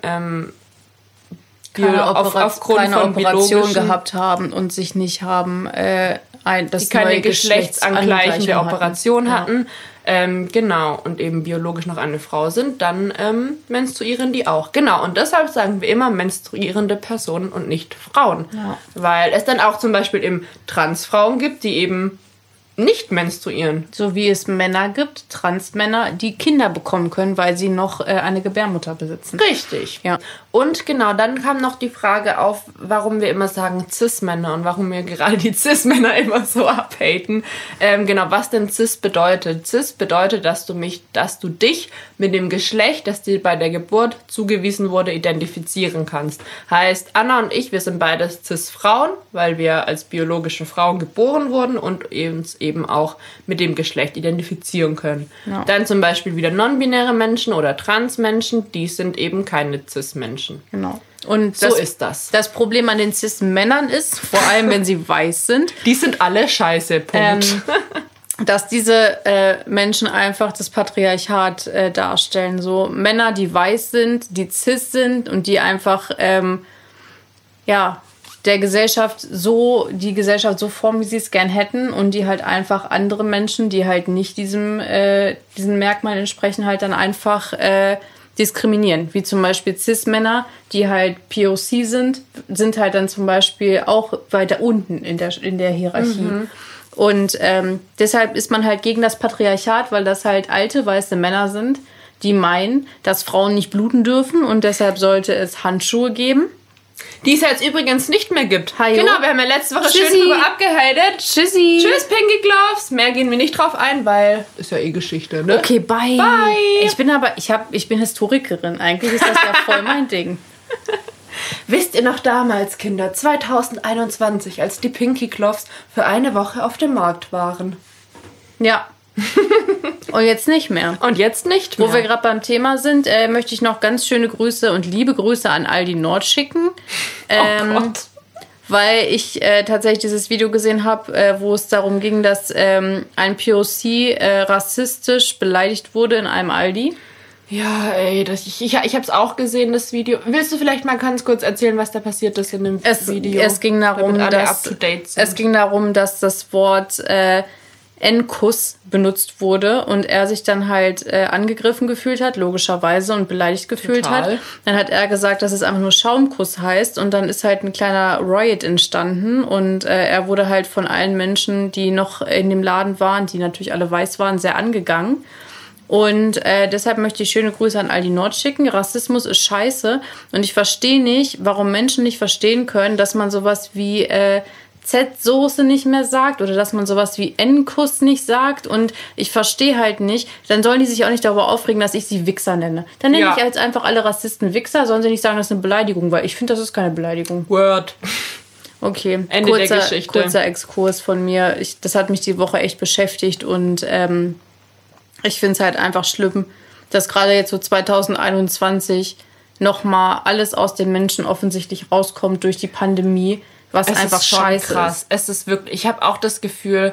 aufgrund keine von Operation biologischen gehabt haben und sich nicht haben das die keine neue geschlechtsangleichende Geschlechtsangleichung Operation hatten. Genau, und eben biologisch noch eine Frau sind, dann menstruieren die auch. Genau, und deshalb sagen wir immer menstruierende Personen und nicht Frauen. Ja. Weil es dann auch zum Beispiel eben Transfrauen gibt, die eben nicht menstruieren. So wie es Männer gibt, Transmänner, die Kinder bekommen können, weil sie noch eine Gebärmutter besitzen. Richtig. Ja. Und genau, dann kam noch die Frage auf, warum wir immer sagen Cis-Männer und warum wir gerade die Cis-Männer immer so abhaten. Genau, was denn Cis bedeutet. Cis bedeutet, dass du dich mit dem Geschlecht, das dir bei der Geburt zugewiesen wurde, identifizieren kannst. Heißt, Anna und ich, wir sind beides Cis-Frauen, weil wir als biologische Frauen geboren wurden und uns eben auch mit dem Geschlecht identifizieren können. Ja. Dann zum Beispiel wieder non-binäre Menschen oder Trans-Menschen, die sind eben keine Cis-Menschen. Genau. Und So ist das. Das Problem an den Cis-Männern ist, vor allem wenn sie weiß sind, Die sind alle scheiße, Punkt. dass diese Menschen einfach das Patriarchat darstellen. So Männer, die weiß sind, die cis sind und die einfach die Gesellschaft so formen, wie sie es gern hätten, und die halt einfach andere Menschen, die halt nicht diesen Merkmalen entsprechen, halt dann einfach diskriminieren. Wie zum Beispiel Cis-Männer, die halt POC sind halt dann zum Beispiel auch weiter unten in der Hierarchie. Und deshalb ist man halt gegen das Patriarchat, weil das halt alte, weiße Männer sind, die meinen, dass Frauen nicht bluten dürfen, und deshalb sollte es Handschuhe geben. Die es jetzt übrigens nicht mehr gibt. Hajo. Genau, wir haben ja letzte Woche schön Tschüssi. drüber abgehatet. Tschüssi. Tschüss, Pinky Gloves. Mehr gehen wir nicht drauf ein, weil ist ja eh Geschichte, ne? Okay, bye. Bye. Ich bin Historikerin. Eigentlich ist das ja voll mein Ding. Wisst ihr noch damals, Kinder, 2021, als die Pinky Gloves für eine Woche auf dem Markt waren? Ja. Und jetzt nicht mehr. Und jetzt nicht mehr. Wo wir gerade beim Thema sind, möchte ich noch ganz schöne Grüße und liebe Grüße an Aldi Nord schicken. Oh Gott. Weil ich tatsächlich dieses Video gesehen habe, wo es darum ging, dass ein POC rassistisch beleidigt wurde in einem Aldi. Ja, ey, ich hab's auch gesehen, das Video. Willst du vielleicht mal ganz kurz erzählen, was da passiert ist in dem Video? Es ging darum, damit alle up to date sind. Es ging darum, dass das Wort N-Kuss benutzt wurde und er sich dann halt angegriffen gefühlt hat, logischerweise, und beleidigt gefühlt hat. Dann hat er gesagt, dass es einfach nur Schaumkuss heißt, und dann ist halt ein kleiner Riot entstanden, und er wurde halt von allen Menschen, die noch in dem Laden waren, die natürlich alle weiß waren, sehr angegangen. Und deshalb möchte ich schöne Grüße an Aldi Nord schicken. Rassismus ist scheiße, und ich verstehe nicht, warum Menschen nicht verstehen können, dass man sowas wie Z-Soße nicht mehr sagt oder dass man sowas wie N-Kuss nicht sagt, und ich verstehe halt nicht, dann sollen die sich auch nicht darüber aufregen, dass ich sie Wichser nenne. Dann nenne ich jetzt einfach alle Rassisten Wichser, sollen sie nicht sagen, das ist eine Beleidigung, weil ich finde, das ist keine Beleidigung. Word. Okay, Ende der Geschichte. Kurzer Exkurs von mir. Das hat mich die Woche echt beschäftigt, und ich finde es halt einfach schlimm, dass gerade jetzt so 2021 nochmal alles aus den Menschen offensichtlich rauskommt durch die Pandemie, was Es einfach ist schon scheiße krass. ist. Es ist wirklich, ich habe auch das Gefühl,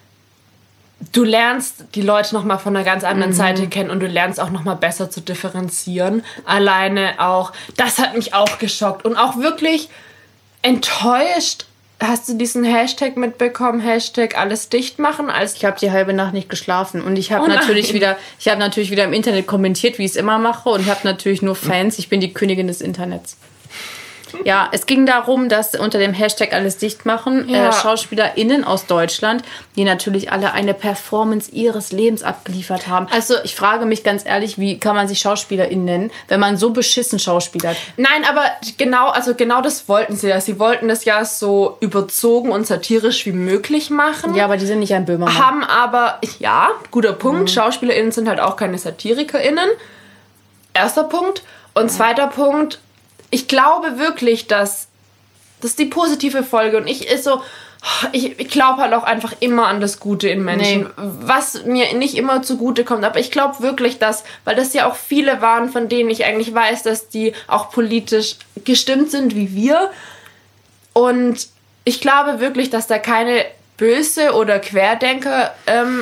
du lernst die Leute nochmal von einer ganz anderen Seite kennen, und du lernst auch nochmal besser zu differenzieren. Alleine auch, das hat mich auch geschockt und auch wirklich enttäuscht. Hast du diesen Hashtag mitbekommen? Hashtag alles dicht machen? Ich habe die halbe Nacht nicht geschlafen, und ich habe natürlich wieder im Internet kommentiert, wie ich es immer mache, und ich habe natürlich nur Fans. Ich bin die Königin des Internets. Ja, es ging darum, dass unter dem Hashtag alles dicht machen SchauspielerInnen aus Deutschland, die natürlich alle eine Performance ihres Lebens abgeliefert haben. Also ich frage mich ganz ehrlich, wie kann man sich SchauspielerInnen nennen, wenn man so beschissen schauspielert? Nein, aber genau das wollten sie ja. Sie wollten das ja so überzogen und satirisch wie möglich machen. Ja, aber die sind nicht ein Böhmermann. Haben aber, ja, guter Punkt, SchauspielerInnen sind halt auch keine SatirikerInnen. Erster Punkt. Und zweiter Punkt, ich glaube wirklich, dass das ist die positive Folge, und ich glaube halt auch einfach immer an das Gute in Menschen, was mir nicht immer zugute kommt, aber ich glaube wirklich, dass, weil das ja auch viele waren, von denen ich eigentlich weiß, dass die auch politisch gestimmt sind wie wir, und ich glaube wirklich, dass da keine böse oder Querdenker,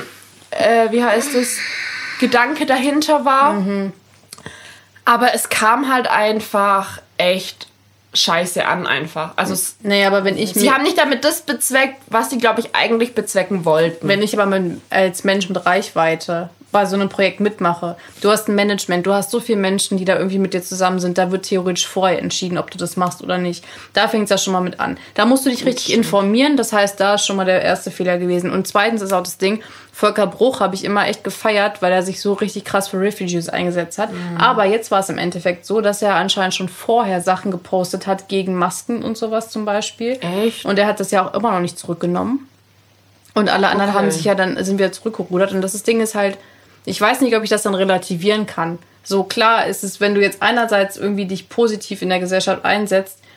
Gedanke dahinter war, aber es kam halt einfach echt scheiße an einfach. Also aber sie haben nicht damit das bezweckt, was sie, glaube ich, eigentlich bezwecken wollten. Wenn ich aber als Mensch mit Reichweite bei so einem Projekt mitmache, du hast ein Management, du hast so viele Menschen, die da irgendwie mit dir zusammen sind, da wird theoretisch vorher entschieden, ob du das machst oder nicht. Da fängt es ja schon mal mit an. Da musst du dich richtig informieren, das heißt, da ist schon mal der erste Fehler gewesen. Und zweitens ist auch das Ding, Volker Bruch habe ich immer echt gefeiert, weil er sich so richtig krass für Refugees eingesetzt hat. Aber jetzt war es im Endeffekt so, dass er anscheinend schon vorher Sachen gepostet hat gegen Masken und sowas zum Beispiel. Echt? Und er hat das ja auch immer noch nicht zurückgenommen. Und alle anderen haben sich sind wieder zurückgerudert. Und das Ding ist halt, ich weiß nicht, ob ich das dann relativieren kann. So klar ist es, wenn du jetzt einerseits irgendwie dich positiv in der Gesellschaft einsetzt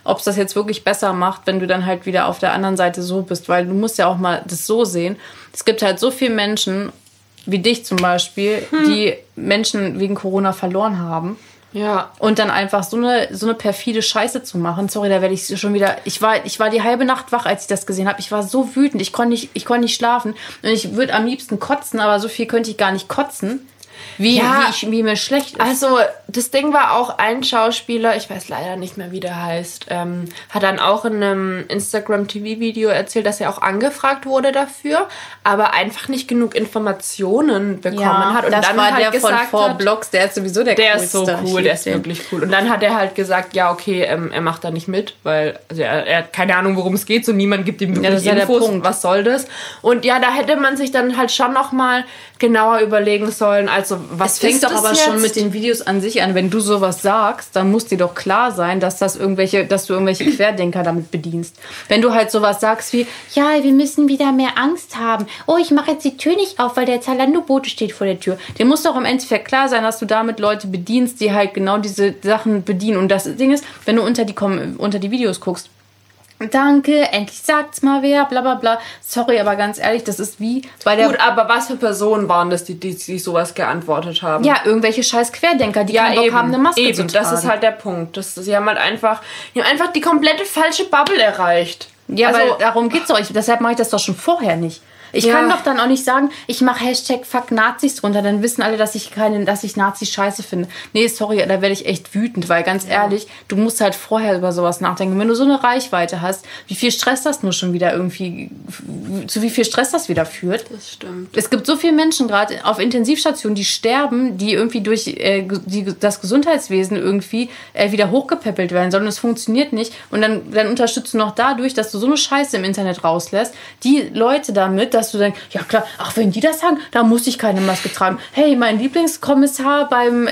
ob es das jetzt wirklich besser macht, wenn du dann halt wieder auf der anderen Seite so bist. Weil du musst ja auch mal das so sehen. Es gibt halt so viele Menschen, wie dich zum Beispiel, die Menschen wegen Corona verloren haben. Ja. Und dann einfach so eine perfide Scheiße zu machen. Sorry, da werde ich schon wieder... Ich war die halbe Nacht wach, als ich das gesehen habe. Ich war so wütend. Ich konnte nicht schlafen. Und ich würde am liebsten kotzen, aber so viel könnte ich gar nicht kotzen. Wie mir schlecht ist. Also, das Ding war auch, ein Schauspieler, ich weiß leider nicht mehr, wie der heißt, hat dann auch in einem Instagram-TV-Video erzählt, dass er auch angefragt wurde dafür, aber einfach nicht genug Informationen bekommen hat. Und das dann war halt der gesagt von 4 Blocks, der ist sowieso der Der coolste. ist so cool, der ist wirklich cool. Und dann hat er halt gesagt, ja, okay, er macht da nicht mit, weil also er hat keine Ahnung, worum es geht, so niemand gibt ihm wirklich Infos, was soll das? Und ja, da hätte man sich dann halt schon nochmal genauer überlegen sollen, also was fängt doch aber jetzt schon mit den Videos an sich an. Wenn du sowas sagst, dann muss dir doch klar sein, dass du irgendwelche Querdenker damit bedienst. Wenn du halt sowas sagst wie, ja, wir müssen wieder mehr Angst haben. Oh, ich mache jetzt die Tür nicht auf, weil der Zalando-Bote steht vor der Tür. Dir muss doch im Endeffekt klar sein, dass du damit Leute bedienst, die halt genau diese Sachen bedienen. Und das Ding ist, wenn du unter die Videos guckst, danke, endlich sagt's mal wer, bla bla bla. Sorry, aber ganz ehrlich, das ist wie bei der... Gut, aber was für Personen waren das, die sowas geantwortet haben? Ja, irgendwelche scheiß Querdenker, die keinen Bock haben, eine Maske zu tragen. Das ist halt der Punkt. Sie haben einfach die komplette falsche Bubble erreicht. Ja, also, weil darum geht's doch. Deshalb mache ich das doch schon vorher nicht. Ich kann doch dann auch nicht sagen, ich mache Hashtag Fuck Nazis drunter, dann wissen alle, dass ich Nazis scheiße finde. Nee, sorry, da werde ich echt wütend, weil ganz ehrlich, du musst halt vorher über sowas nachdenken. Wenn du so eine Reichweite hast, wie viel Stress das nur schon wieder zu wie viel Stress das wieder führt. Das stimmt. Es gibt so viele Menschen gerade auf Intensivstationen, die sterben, die irgendwie durch das Gesundheitswesen irgendwie wieder hochgepäppelt werden sollen. Und es funktioniert nicht. Und dann unterstützt du noch dadurch, dass du so eine Scheiße im Internet rauslässt, die Leute damit, dass du denkst, ja klar, ach, wenn die das sagen, da muss ich keine Maske tragen. Hey, mein Lieblingskommissar beim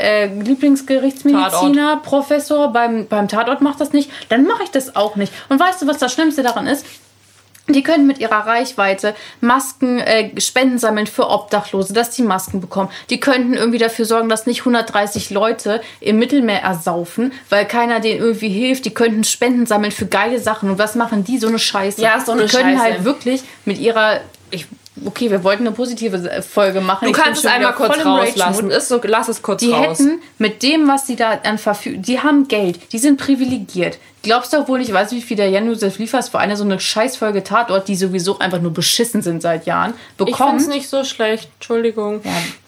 Lieblingsgerichtsmediziner, Professor beim Tatort macht das nicht, dann mache ich das auch nicht. Und weißt du, was das Schlimmste daran ist? Die können mit ihrer Reichweite Masken, Spenden sammeln für Obdachlose, dass die Masken bekommen. Die könnten irgendwie dafür sorgen, dass nicht 130 Leute im Mittelmeer ersaufen, weil keiner denen irgendwie hilft. Die könnten Spenden sammeln für geile Sachen. Und was machen die? So eine Scheiße. Ja, so eine Scheiße. Die können halt wirklich mit ihrer... Okay, wir wollten eine positive Folge machen. Du kannst es einmal kurz rauslassen. Lass es kurz raus. Die hätten mit dem, was sie da an verfügen, die haben Geld, die sind privilegiert. Glaubst du doch wohl nicht, weißt du, wie viel der Jan-Josef Liefers für eine so eine Scheißfolge Tatort, die sowieso einfach nur beschissen sind seit Jahren, bekommt? Ich find's nicht so schlecht, Entschuldigung.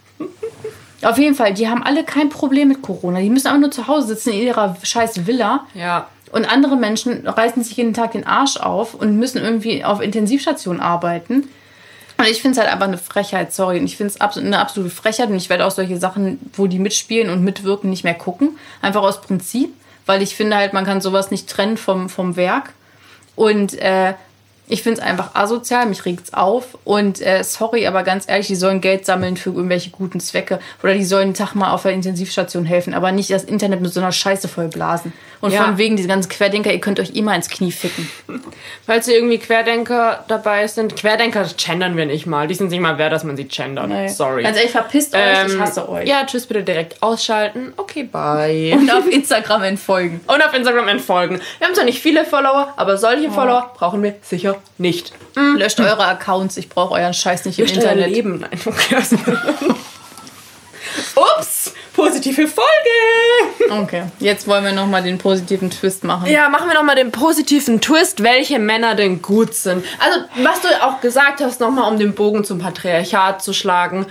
Ja. Auf jeden Fall, die haben alle kein Problem mit Corona. Die müssen einfach nur zu Hause sitzen in ihrer scheiß Villa. Ja. Und andere Menschen reißen sich jeden Tag den Arsch auf und müssen irgendwie auf Intensivstationen arbeiten. Und ich finde es halt einfach eine Frechheit, sorry. Und ich finde es eine absolute Frechheit. Und ich werde auch solche Sachen, wo die mitspielen und mitwirken, nicht mehr gucken. Einfach aus Prinzip. Weil ich finde halt, man kann sowas nicht trennen vom Werk. Und ich finde es einfach asozial, mich regt's auf. Und sorry, aber ganz ehrlich, die sollen Geld sammeln für irgendwelche guten Zwecke. Oder die sollen einen Tag mal auf der Intensivstation helfen. Aber nicht das Internet mit so einer Scheiße vollblasen. Und von wegen, diese ganzen Querdenker, ihr könnt euch immer ins Knie ficken. Falls ihr irgendwie Querdenker dabei sind. Querdenker gendern wir nicht mal. Die sind nicht mal wert, dass man sie gendert. Nee. Sorry. Ganz ehrlich, verpisst euch, ich hasse euch. Ja, tschüss, bitte direkt ausschalten. Okay, bye. Und auf Instagram entfolgen. Wir haben zwar nicht viele Follower, aber solche Follower brauchen wir sicher nicht. Löscht eure Accounts, ich brauche euren Scheiß nicht im Löscht Internet. euer Leben. Nein, okay. Ups, positive Folge. Okay, jetzt wollen wir nochmal den positiven Twist machen. Ja, machen wir nochmal den positiven Twist, welche Männer denn gut sind. Also, was du auch gesagt hast, nochmal um den Bogen zum Patriarchat zu schlagen.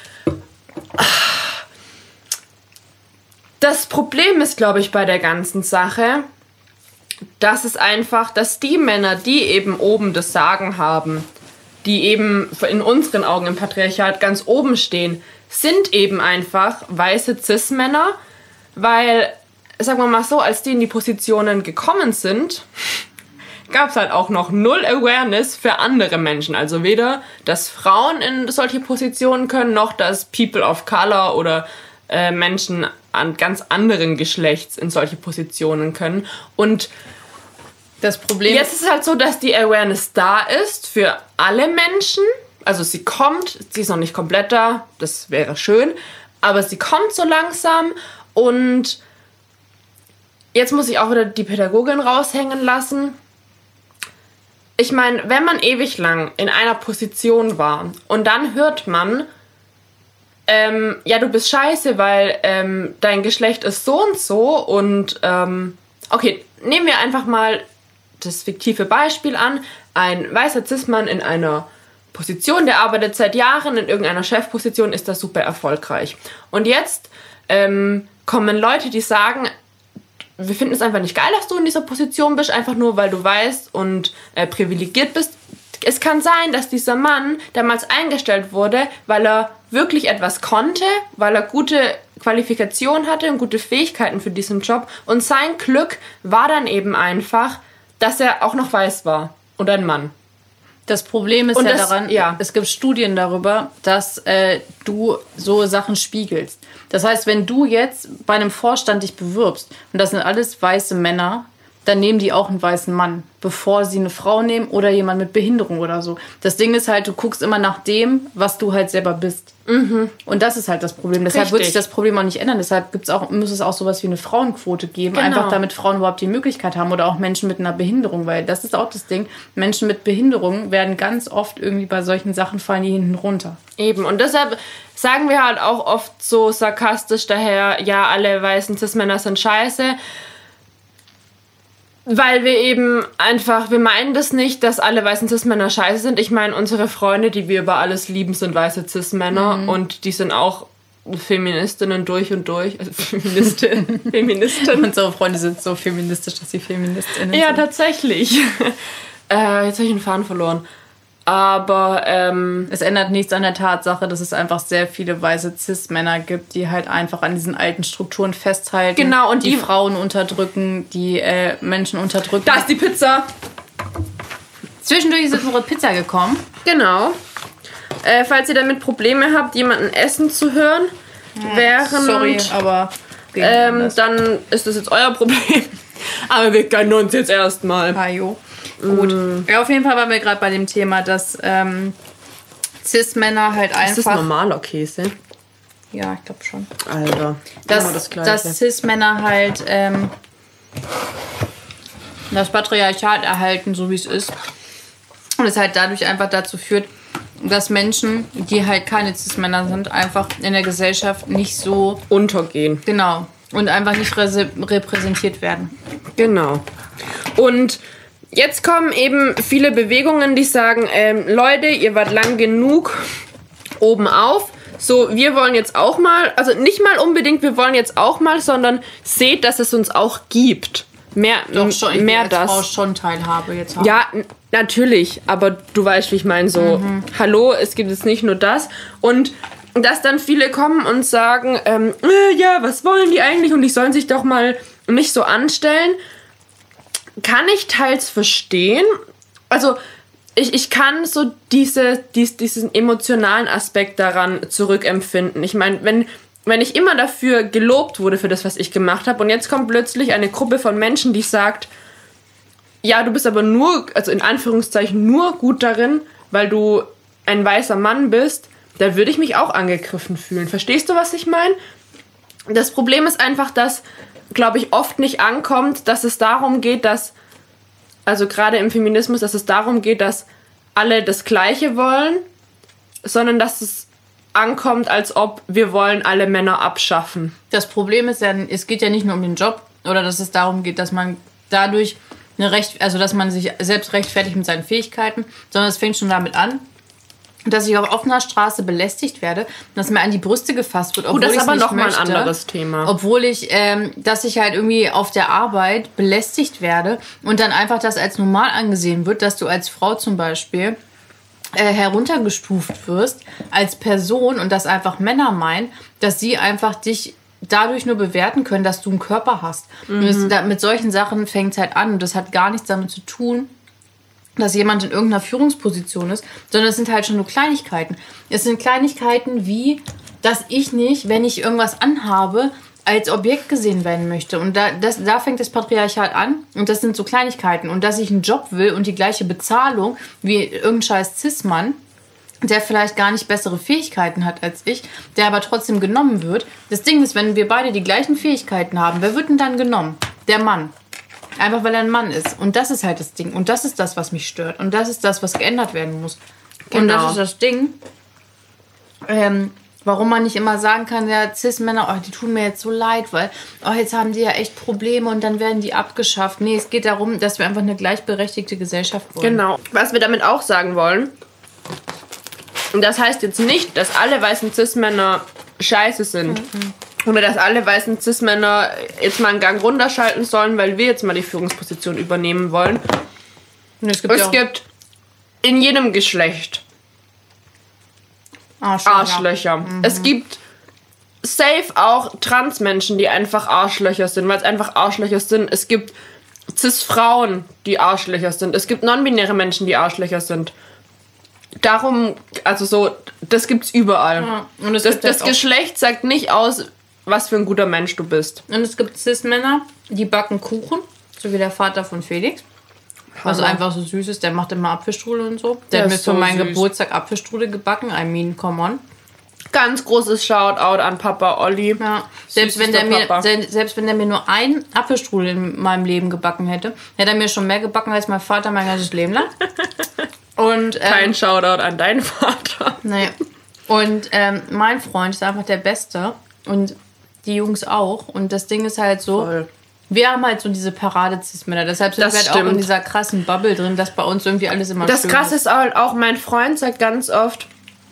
Das Problem ist, glaube ich, bei der ganzen Sache, dass die Männer, die eben oben das Sagen haben, die eben in unseren Augen im Patriarchat ganz oben stehen, sind eben einfach weiße Cis-Männer, weil, sagen wir mal so, als die in die Positionen gekommen sind, gab es halt auch noch null Awareness für andere Menschen. Also weder, dass Frauen in solche Positionen können, noch dass People of Color oder Menschen an ganz anderen Geschlechts in solche Positionen können. Und das Problem jetzt ist es halt so, dass die Awareness da ist für alle Menschen. Also sie ist noch nicht komplett da, das wäre schön, aber sie kommt so langsam und jetzt muss ich auch wieder die Pädagogin raushängen lassen. Ich meine, wenn man ewig lang in einer Position war und dann hört man, ja, du bist scheiße, weil dein Geschlecht ist so und so und okay, nehmen wir einfach mal das fiktive Beispiel an. Ein weißer Cis-Mann in einer Position, der arbeitet seit Jahren in irgendeiner Chefposition, ist da super erfolgreich. Und jetzt kommen Leute, die sagen, wir finden es einfach nicht geil, dass du in dieser Position bist, einfach nur, weil du weißt und privilegiert bist. Es kann sein, dass dieser Mann damals eingestellt wurde, weil er wirklich etwas konnte, weil er gute Qualifikation hatte und gute Fähigkeiten für diesen Job. Und sein Glück war dann eben einfach, dass er auch noch weiß war. Und ein Mann. Das Problem ist daran, es gibt Studien darüber, dass du so Sachen spiegelst. Das heißt, wenn du jetzt bei einem Vorstand dich bewirbst, und das sind alles weiße Männer, dann nehmen die auch einen weißen Mann, bevor sie eine Frau nehmen oder jemand mit Behinderung oder so. Das Ding ist halt, du guckst immer nach dem, was du halt selber bist. Mhm. Und das ist halt das Problem. Deshalb wird sich das Problem auch nicht ändern. Deshalb muss es auch sowas wie eine Frauenquote geben, einfach damit Frauen überhaupt die Möglichkeit haben oder auch Menschen mit einer Behinderung, weil das ist auch das Ding. Menschen mit Behinderung werden ganz oft irgendwie bei solchen Sachen fallen die hinten runter. Eben, und deshalb sagen wir halt auch oft so sarkastisch daher, ja, alle weißen Cis-Männer sind scheiße. Weil wir eben einfach, wir meinen das nicht, dass alle weißen Cis-Männer scheiße sind. Ich meine, unsere Freunde, die wir über alles lieben, sind weiße Cis-Männer und die sind auch Feministinnen durch und durch. Also Feministin. Unsere Freunde sind so feministisch, dass sie Feministinnen sind. Ja, tatsächlich. Jetzt habe ich den Faden verloren. Aber es ändert nichts an der Tatsache, dass es einfach sehr viele weiße Cis-Männer gibt, die halt einfach an diesen alten Strukturen festhalten. Genau, und die Frauen unterdrücken, die Menschen unterdrücken. Da ist die Pizza! Zwischendurch ist unsere Pizza gekommen. Genau. Falls ihr damit Probleme habt, jemanden essen zu hören, Sorry, aber dann ist das jetzt euer Problem. Aber wir gönnen uns jetzt erstmal. Ajo. Gut. Ja, auf jeden Fall waren wir gerade bei dem Thema, dass Cis-Männer halt einfach... Ist das normaler Käse? Ja, ich glaube schon. Alter, dass Cis-Männer halt das Patriarchat erhalten, so wie es ist. Und es halt dadurch einfach dazu führt, dass Menschen, die halt keine Cis-Männer sind, einfach in der Gesellschaft nicht so... untergehen. Genau. Und einfach nicht repräsentiert werden. Genau. Und... jetzt kommen eben viele Bewegungen, die sagen, Leute, ihr wart lang genug oben auf. So, wir wollen jetzt auch mal, also nicht mal unbedingt, wir wollen jetzt auch mal, sondern seht, dass es uns auch gibt. Mehr das. Ich will als Frau schon Teilhabe jetzt haben. Ja, natürlich, aber du weißt, wie ich meine, so, hallo, es gibt jetzt nicht nur das. Und dass dann viele kommen und sagen, ja, was wollen die eigentlich? Und die sollen sich doch mal nicht so anstellen. Kann ich teils verstehen. Also ich kann so diesen emotionalen Aspekt daran zurückempfinden. Ich meine, wenn ich immer dafür gelobt wurde für das, was ich gemacht habe und jetzt kommt plötzlich eine Gruppe von Menschen, die sagt, ja, du bist aber nur, also in Anführungszeichen nur gut darin, weil du ein weißer Mann bist, da würde ich mich auch angegriffen fühlen. Verstehst du, was ich meine? Das Problem ist einfach, dass, glaube ich, oft nicht ankommt, dass es darum geht, dass, also gerade im Feminismus, dass es darum geht, dass alle das Gleiche wollen, sondern dass es ankommt, als ob wir wollen alle Männer abschaffen. Das Problem ist ja, es geht ja nicht nur um den Job oder dass es darum geht, dass man dadurch dass man sich selbst rechtfertigt mit seinen Fähigkeiten, sondern es fängt schon damit an, dass ich auf offener Straße belästigt werde, dass mir an die Brüste gefasst wird, obwohl das ist aber nicht noch möchte, mal ein anderes Thema. Obwohl dass ich halt irgendwie auf der Arbeit belästigt werde und dann einfach das als normal angesehen wird, dass du als Frau zum Beispiel heruntergestuft wirst als Person und dass einfach Männer meinen, dass sie einfach dich dadurch nur bewerten können, dass du einen Körper hast. Und mit solchen Sachen fängt es halt an und das hat gar nichts damit zu tun, dass jemand in irgendeiner Führungsposition ist, sondern es sind halt schon nur Kleinigkeiten. Es sind Kleinigkeiten wie, dass ich nicht, wenn ich irgendwas anhabe, als Objekt gesehen werden möchte. Und da fängt das Patriarchat an und das sind so Kleinigkeiten. Und dass ich einen Job will und die gleiche Bezahlung wie irgendein scheiß Cis-Mann, der vielleicht gar nicht bessere Fähigkeiten hat als ich, der aber trotzdem genommen wird. Das Ding ist, wenn wir beide die gleichen Fähigkeiten haben, wer wird denn dann genommen? Der Mann. Einfach weil er ein Mann ist. Und das ist halt das Ding. Und das ist das, was mich stört. Und das ist das, was geändert werden muss. Und das ist das Ding, warum man nicht immer sagen kann, ja, Cis-Männer, die tun mir jetzt so leid, weil jetzt haben die ja echt Probleme und dann werden die abgeschafft. Nee, es geht darum, dass wir einfach eine gleichberechtigte Gesellschaft wollen. Genau. Was wir damit auch sagen wollen, und das heißt jetzt nicht, dass alle weißen Cis-Männer scheiße sind. Oder dass alle weißen Cis-Männer jetzt mal einen Gang runterschalten sollen, weil wir jetzt mal die Führungsposition übernehmen wollen. Und es gibt in jedem Geschlecht Arschlöcher. Es gibt safe auch Transmenschen, die einfach Arschlöcher sind, weil es einfach Arschlöcher sind. Es gibt Cis-Frauen, die Arschlöcher sind. Es gibt non-binäre Menschen, die Arschlöcher sind. Darum, also so, das gibt's überall. Ja. Und das Geschlecht sagt nicht aus, was für ein guter Mensch du bist. Und es gibt Cis-Männer, die backen Kuchen, so wie der Vater von Felix. Was einfach so süß ist, der macht immer Apfelstrudel und so. Der hat mir für meinen Geburtstag Apfelstrudel gebacken. I mean, come on. Ganz großes Shoutout an Papa Olli. Ja. Selbst wenn der mir nur einen Apfelstrudel in meinem Leben gebacken hätte, hätte er mir schon mehr gebacken als mein Vater mein ganzes Leben lang. Und, kein Shoutout an deinen Vater. Nee. Und mein Freund ist einfach der Beste. Und die Jungs auch. Und das Ding ist halt so... Voll. Wir haben halt so diese Parade-Cis-Männer. Deshalb sind wir halt auch in dieser krassen Bubble drin, dass bei uns irgendwie alles immer schön ist. Das Krasse ist halt auch, mein Freund sagt ganz oft,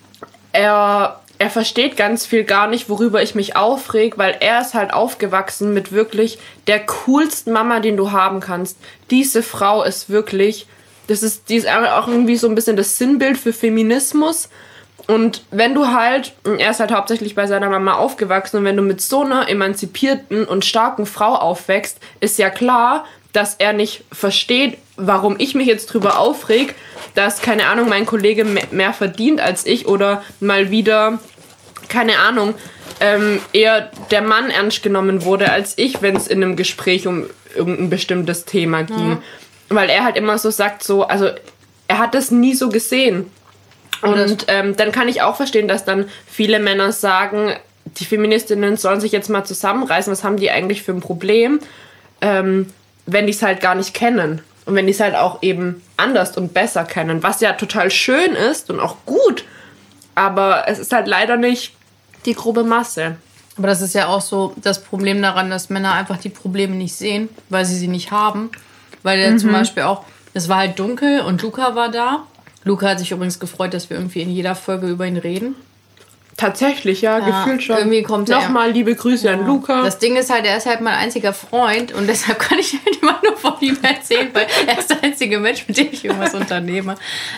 er versteht ganz viel gar nicht, worüber ich mich aufreg, weil er ist halt aufgewachsen mit wirklich der coolsten Mama, den du haben kannst. Diese Frau ist wirklich, die ist auch irgendwie so ein bisschen das Sinnbild für Feminismus. Und wenn du halt, er ist halt hauptsächlich bei seiner Mama aufgewachsen, und wenn du mit so einer emanzipierten und starken Frau aufwächst, ist ja klar, dass er nicht versteht, warum ich mich jetzt drüber aufreg, dass, keine Ahnung, mein Kollege mehr verdient als ich oder mal wieder, keine Ahnung, eher der Mann ernst genommen wurde als ich, wenn es in einem Gespräch um irgendein bestimmtes Thema ging. Weil er halt immer so sagt, so, also er hat das nie so gesehen. Und dann kann ich auch verstehen, dass dann viele Männer sagen, die Feministinnen sollen sich jetzt mal zusammenreißen, was haben die eigentlich für ein Problem, wenn die es halt gar nicht kennen. Und wenn die es halt auch eben anders und besser kennen, was ja total schön ist und auch gut, aber es ist halt leider nicht die grobe Masse. Aber das ist ja auch so das Problem daran, dass Männer einfach die Probleme nicht sehen, weil sie nicht haben. Weil der zum Beispiel auch, es war halt dunkel und Luca war da. Luca hat sich übrigens gefreut, dass wir irgendwie in jeder Folge über ihn reden. Tatsächlich, ja, gefühlt schon. Irgendwie kommt Nochmal liebe Grüße an Luca. Das Ding ist halt, er ist halt mein einziger Freund und deshalb kann ich halt immer nur von ihm erzählen, weil er ist der einzige Mensch, mit dem ich irgendwas unternehme.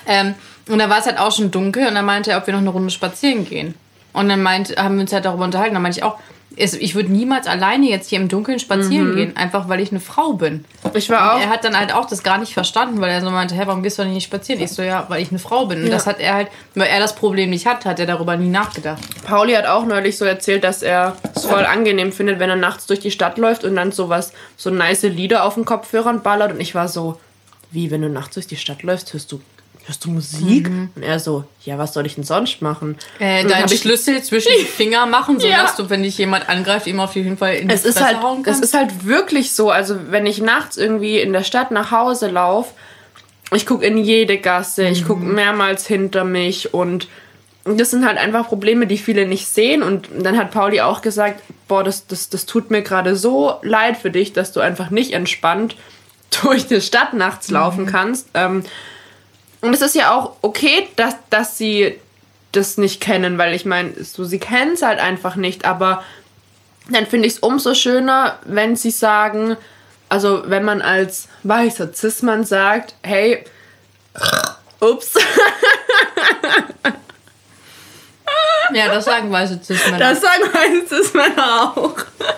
Und da war es halt auch schon dunkel und dann meinte er, ob wir noch eine Runde spazieren gehen. Und dann haben wir uns halt darüber unterhalten. Dann meinte ich auch, ich würde niemals alleine jetzt hier im Dunkeln spazieren gehen, einfach weil ich eine Frau bin. Ich war auch. Er hat dann halt auch das gar nicht verstanden, weil er so meinte, warum gehst du denn nicht spazieren? Ich so, ja, weil ich eine Frau bin. Und das hat er halt, weil er das Problem nicht hat er darüber nie nachgedacht. Pauli hat auch neulich so erzählt, dass er es voll angenehm findet, wenn er nachts durch die Stadt läuft und dann so nice Lieder auf den Kopfhörern ballert. Und ich war so, wie, wenn du nachts durch die Stadt läufst, hörst du Musik? Und er so, ja, was soll ich denn sonst machen? Deinen Schlüssel zwischen die Finger machen, sodass du, wenn dich jemand angreift, ihm auf jeden Fall in die Fresse hauen kannst? Es ist halt wirklich so, also wenn ich nachts irgendwie in der Stadt nach Hause laufe, ich gucke in jede Gasse, ich gucke mehrmals hinter mich und das sind halt einfach Probleme, die viele nicht sehen. Und dann hat Pauli auch gesagt, boah, das tut mir gerade so leid für dich, dass du einfach nicht entspannt durch die Stadt nachts laufen kannst. Und es ist ja auch okay, dass sie das nicht kennen, weil ich meine, sie kennen es halt einfach nicht, aber dann finde ich es umso schöner, wenn sie sagen, also wenn man als weißer Cis-Mann sagt, hey, ups. Ja, das sagen weiße Cis-Männer. Das sagen weiße Cis-Männer auch.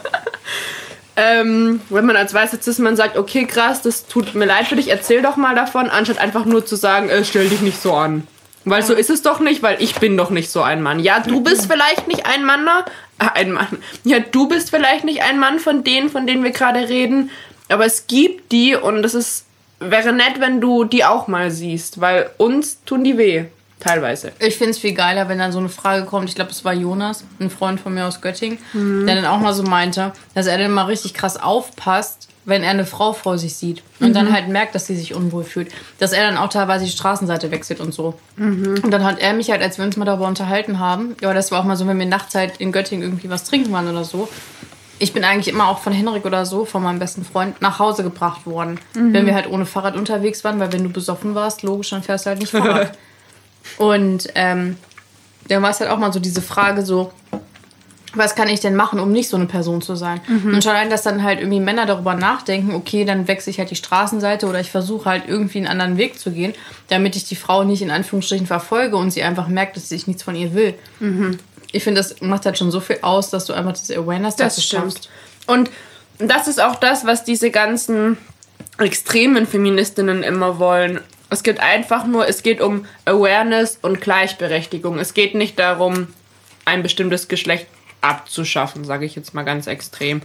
Wenn man als weißer Cis-Mann sagt, okay, krass, das tut mir leid für dich, erzähl doch mal davon, anstatt einfach nur zu sagen, stell dich nicht so an. Weil so ist es doch nicht, weil ich bin doch nicht so ein Mann. Ja, du bist vielleicht nicht ein Mann. Ja, du bist vielleicht nicht ein Mann von denen wir gerade reden, aber es gibt die und wäre nett, wenn du die auch mal siehst, weil uns tun die weh. Teilweise. Ich finde es viel geiler, wenn dann so eine Frage kommt. Ich glaube, es war Jonas, ein Freund von mir aus Göttingen, der dann auch mal so meinte, dass er dann mal richtig krass aufpasst, wenn er eine Frau vor sich sieht und dann halt merkt, dass sie sich unwohl fühlt. Dass er dann auch teilweise die Straßenseite wechselt und so. Und dann hat er mich halt, als wir uns mal darüber unterhalten haben, ja, das war auch mal so, wenn wir nachts halt in Göttingen irgendwie was trinken waren oder so. Ich bin eigentlich immer auch von Henrik oder so, von meinem besten Freund, nach Hause gebracht worden. Wenn wir halt ohne Fahrrad unterwegs waren, weil wenn du besoffen warst, logisch, dann fährst du halt nicht Fahrrad. Und dann war es halt auch mal so diese Frage so, was kann ich denn machen, um nicht so eine Person zu sein? Und schon allein, dass dann halt irgendwie Männer darüber nachdenken, okay, dann wechsle ich halt die Straßenseite oder ich versuche halt irgendwie einen anderen Weg zu gehen, damit ich die Frau nicht in Anführungsstrichen verfolge und sie einfach merkt, dass ich nichts von ihr will. Ich finde, das macht halt schon so viel aus, dass du einfach diese Awareness dazu schaffst. Und das ist auch das, was diese ganzen extremen Feministinnen immer wollen. Es geht um Awareness und Gleichberechtigung. Es geht nicht darum, ein bestimmtes Geschlecht abzuschaffen, sage ich jetzt mal ganz extrem.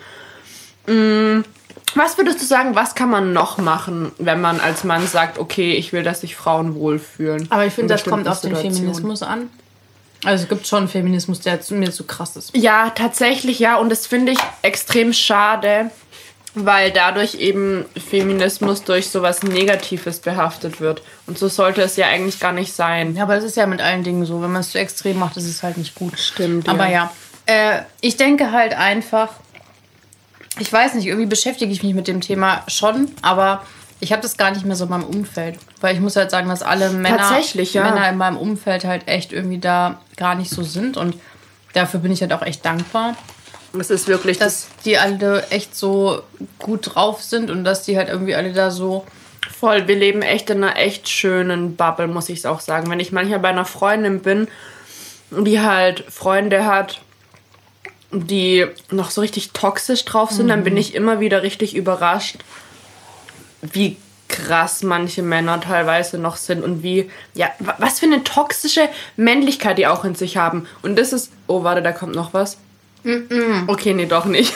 Was würdest du sagen, was kann man noch machen, wenn man als Mann sagt, okay, ich will, dass sich Frauen wohlfühlen? Aber ich finde, das kommt auf den Feminismus an. Also es gibt schon einen Feminismus, der mir zu krass ist. Ja, tatsächlich, ja. Und das finde ich extrem schade, weil dadurch eben Feminismus durch sowas Negatives behaftet wird. Und so sollte es ja eigentlich gar nicht sein. Ja, aber das ist ja mit allen Dingen so. Wenn man es zu extrem macht, ist es halt nicht gut. Stimmt, aber ja. Ich denke halt einfach, ich weiß nicht, irgendwie beschäftige ich mich mit dem Thema schon, aber ich habe das gar nicht mehr so in meinem Umfeld. Weil ich muss halt sagen, dass alle Männer in meinem Umfeld halt echt irgendwie da gar nicht so sind. Und dafür bin ich halt auch echt dankbar. Es ist wirklich, dass die alle echt so gut drauf sind und dass die halt irgendwie alle da so... Voll, wir leben echt in einer echt schönen Bubble, muss ich auch sagen. Wenn ich manchmal bei einer Freundin bin, die halt Freunde hat, die noch so richtig toxisch drauf sind, dann bin ich immer wieder richtig überrascht, wie krass manche Männer teilweise noch sind und wie, ja, was für eine toxische Männlichkeit die auch in sich haben. Und das ist, oh, warte, da kommt noch was. Okay, nee, doch nicht.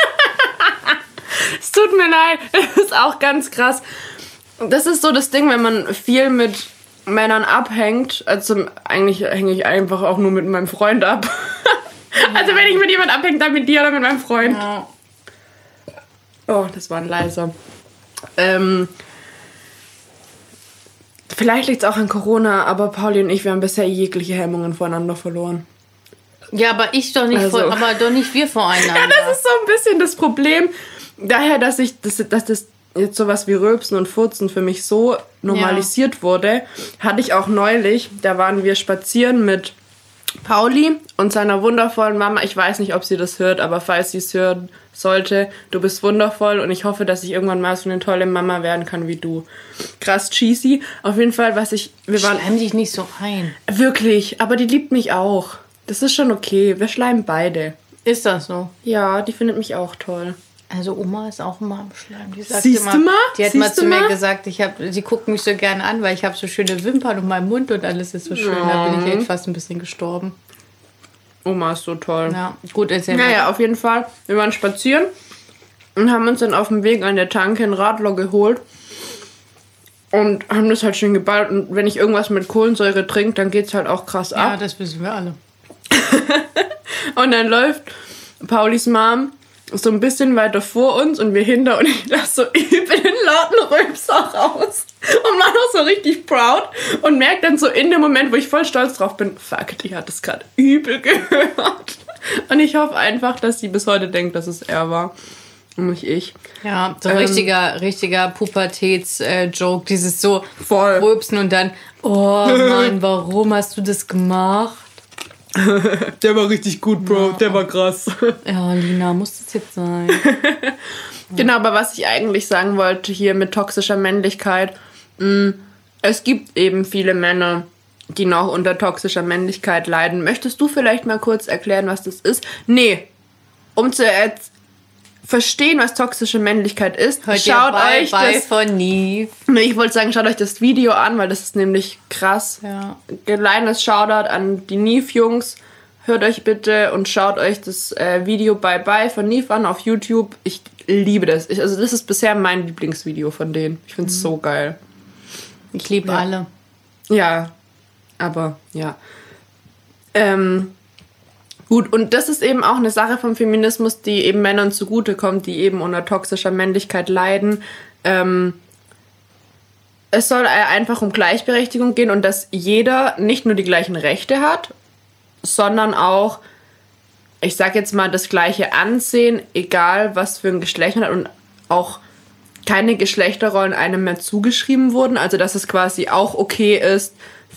Es tut mir leid, das ist auch ganz krass. Das ist so das Ding, wenn man viel mit Männern abhängt, also eigentlich hänge ich einfach auch nur mit meinem Freund ab. Also wenn ich mit jemand abhänge, dann mit dir oder mit meinem Freund. Ja. Oh, das war ein leiser. Vielleicht liegt es auch an Corona, aber Pauli und ich, wir haben bisher jegliche Hemmungen voneinander verloren. Ja, aber ich doch nicht, aber doch nicht wir voreinander. Ja, das ist so ein bisschen das Problem. Daher, dass das jetzt sowas wie Rülpsen und Furzen für mich so normalisiert wurde, hatte ich auch neulich, da waren wir spazieren mit Pauli und seiner wundervollen Mama. Ich weiß nicht, ob sie das hört, aber falls sie es hören sollte, du bist wundervoll und ich hoffe, dass ich irgendwann mal so eine tolle Mama werden kann wie du. Krass cheesy. Auf jeden Fall, schleim dich nicht so ein. Wirklich, aber die liebt mich auch. Das ist schon okay. Wir schleimen beide. Ist das so? Ja, die findet mich auch toll. Also Oma ist auch immer am Schleim. Die sagt Siehst immer, du mal? Die hat mal zu mir gesagt, sie guckt mich so gerne an, weil ich habe so schöne Wimpern und mein Mund und alles ist so schön. Da bin ich echt fast ein bisschen gestorben. Oma ist so toll. Ja, gut, erzähl mal. Naja, auf jeden Fall. Wir waren spazieren und haben uns dann auf dem Weg an der Tanke ein Radler geholt und haben das halt schön geballt. Und wenn ich irgendwas mit Kohlensäure trinke, dann geht's halt auch krass ab. Ja, das wissen wir alle. Und dann läuft Paulis Mom so ein bisschen weiter vor uns und wir hinter und ich lasse so übel den lauten Rülpser raus. Und war noch so richtig proud und merkt dann so in dem Moment, wo ich voll stolz drauf bin, fuck, die hat das gerade übel gehört. Und ich hoffe einfach, dass sie bis heute denkt, dass es er war und nicht ich. Ja, so richtiger Pubertäts-Joke, dieses so voll rülpsen und dann, oh Mann, warum hast du das gemacht? Der war richtig gut, Bro. Ja. Der war krass. Ja, Lina, muss das jetzt sein? Genau, aber was ich eigentlich sagen wollte hier mit toxischer Männlichkeit, es gibt eben viele Männer, die noch unter toxischer Männlichkeit leiden. Möchtest du vielleicht mal kurz erklären, was das ist? Nee, um zu verstehen, was toxische Männlichkeit ist, schaut euch das von Neve. Ich wollte sagen, schaut euch das Video an, weil das ist nämlich krass. Ja. Kleines Shoutout an die Neve-Jungs. Hört euch bitte und schaut euch das Video Bye Bye von Neve an auf YouTube. Ich liebe das. Also das ist bisher mein Lieblingsvideo von denen. Ich finde es so geil. Ich liebe alle. Ja, Aber ja. Gut, und das ist eben auch eine Sache vom Feminismus, die eben Männern zugutekommt, die eben unter toxischer Männlichkeit leiden. Es soll einfach um Gleichberechtigung gehen und dass jeder nicht nur die gleichen Rechte hat, sondern auch, ich sag jetzt mal, das gleiche Ansehen, egal was für ein Geschlecht man hat und auch keine Geschlechterrollen einem mehr zugeschrieben wurden. Also, dass es quasi auch okay ist,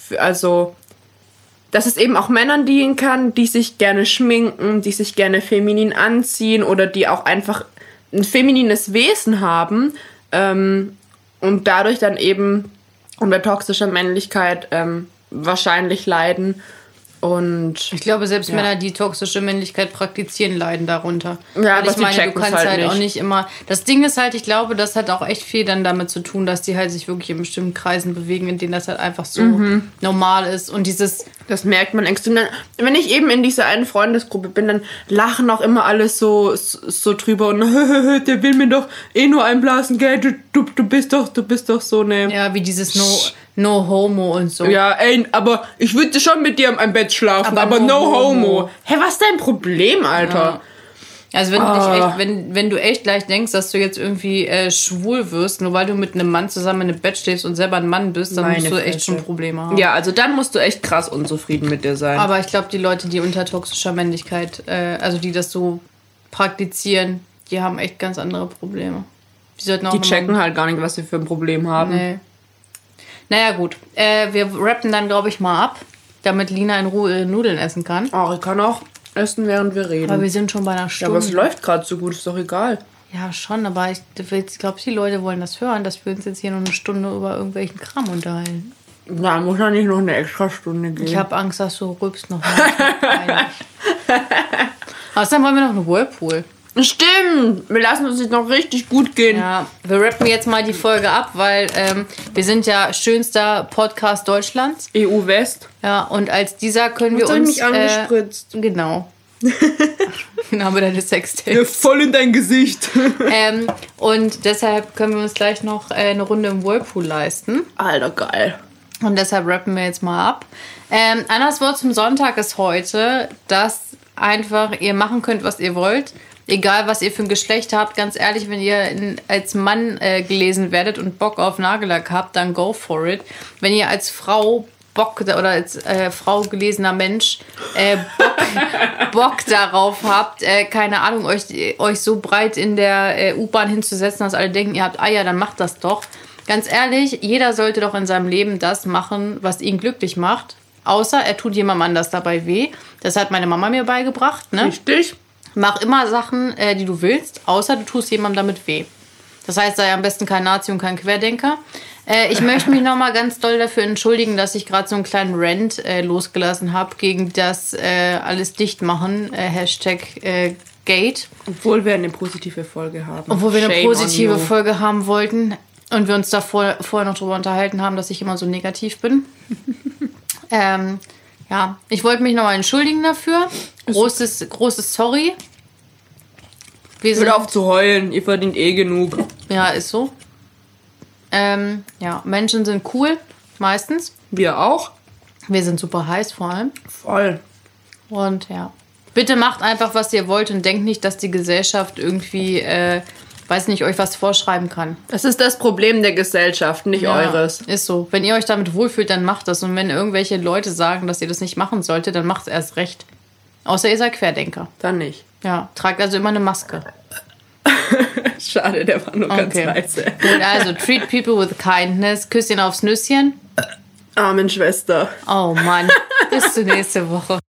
dass es eben auch Männern dienen kann, die sich gerne schminken, die sich gerne feminin anziehen oder die auch einfach ein feminines Wesen haben und dadurch dann eben unter toxischer Männlichkeit wahrscheinlich leiden. Und ich glaube, selbst Männer, die toxische Männlichkeit praktizieren, leiden darunter. Ja, aber ich meine, du kannst halt auch nicht immer... Das Ding ist halt, ich glaube, das hat auch echt viel dann damit zu tun, dass die halt sich wirklich in bestimmten Kreisen bewegen, in denen das halt einfach so normal ist. Und dieses... Das merkt man extrem. Wenn ich eben in dieser einen Freundesgruppe bin, dann lachen auch immer alle so drüber und der will mir doch eh nur einblasen, gell? Du bist doch so eine... Ja, wie dieses No Homo und so. Ja, ey, aber ich würde schon mit dir im Bett schlafen, aber no homo. Hä, was ist dein Problem, Alter? Ja. Also wenn du echt gleich denkst, dass du jetzt irgendwie schwul wirst, nur weil du mit einem Mann zusammen in einem Bett stehst und selber ein Mann bist, dann musst du echt schon Probleme haben. Ja, also dann musst du echt krass unzufrieden mit dir sein. Aber ich glaube, die Leute, die unter toxischer Männlichkeit, also die das so praktizieren, die haben echt ganz andere Probleme. Die checken halt gar nicht, was sie für ein Problem haben. Nee. Naja, gut. Wir rappen dann, glaube ich, mal ab, damit Lina in Ruhe ihre Nudeln essen kann. Oh, ich kann auch essen, während wir reden. Aber wir sind schon bei einer Stunde. Ja, aber es läuft gerade so gut, ist doch egal. Ja, schon, aber ich glaube, die Leute wollen das hören, dass wir uns jetzt hier noch eine Stunde über irgendwelchen Kram unterhalten. Na, muss ja nicht noch eine extra Stunde gehen. Ich habe Angst, dass du rülpst noch mal. Außerdem wollen wir noch eine Whirlpool. Stimmt, wir lassen uns jetzt noch richtig gut gehen. Ja, wir rappen jetzt mal die Folge ab, weil wir sind ja schönster Podcast Deutschlands. EU West. Ja, und als dieser können wir uns... mich angespritzt. Genau. Dann haben wir deine Sextapes. Ja, voll in dein Gesicht. Und deshalb können wir uns gleich noch eine Runde im Whirlpool leisten. Alter, geil. Und deshalb rappen wir jetzt mal ab. Annas Wort zum Sonntag ist heute, dass einfach ihr machen könnt, was ihr wollt. Egal, was ihr für ein Geschlecht habt, ganz ehrlich, wenn ihr als Mann gelesen werdet und Bock auf Nagellack habt, dann go for it. Wenn ihr als Frau Bock oder als Frau gelesener Mensch Bock darauf habt, keine Ahnung, euch so breit in der U-Bahn hinzusetzen, dass alle denken, ihr habt Eier, dann macht das doch. Ganz ehrlich, jeder sollte doch in seinem Leben das machen, was ihn glücklich macht. Außer er tut jemandem anders dabei weh. Das hat meine Mama mir beigebracht. Ne? Richtig. Mach immer Sachen, die du willst, außer du tust jemandem damit weh. Das heißt, sei am besten kein Nazi und kein Querdenker. Ich möchte mich nochmal ganz doll dafür entschuldigen, dass ich gerade so einen kleinen Rant losgelassen habe gegen das alles dicht machen, Hashtag Gate. Obwohl wir eine positive Folge haben. Obwohl wir eine positive Folge haben wollten und wir uns da vorher noch drüber unterhalten haben, dass ich immer so negativ bin. Ja, ich wollte mich nochmal entschuldigen dafür. Großes Sorry. Hört auf zu heulen, ihr verdient eh genug. Ja, ist so. Ja, Menschen sind cool, meistens. Wir auch. Wir sind super heiß vor allem. Voll. Und ja, bitte macht einfach, was ihr wollt und denkt nicht, dass die Gesellschaft irgendwie, weiß nicht, euch was vorschreiben kann. Das ist das Problem der Gesellschaft, nicht eures. Ist so. Wenn ihr euch damit wohlfühlt, dann macht das. Und wenn irgendwelche Leute sagen, dass ihr das nicht machen solltet, dann macht es erst recht. Außer ihr seid Querdenker. Dann nicht. Ja, tragt also immer eine Maske. Schade, der war nur ganz leise. Gut, also treat people with kindness. Küsschen aufs Nüsschen. Amen, Schwester. Oh Mann, bis zur nächsten Woche.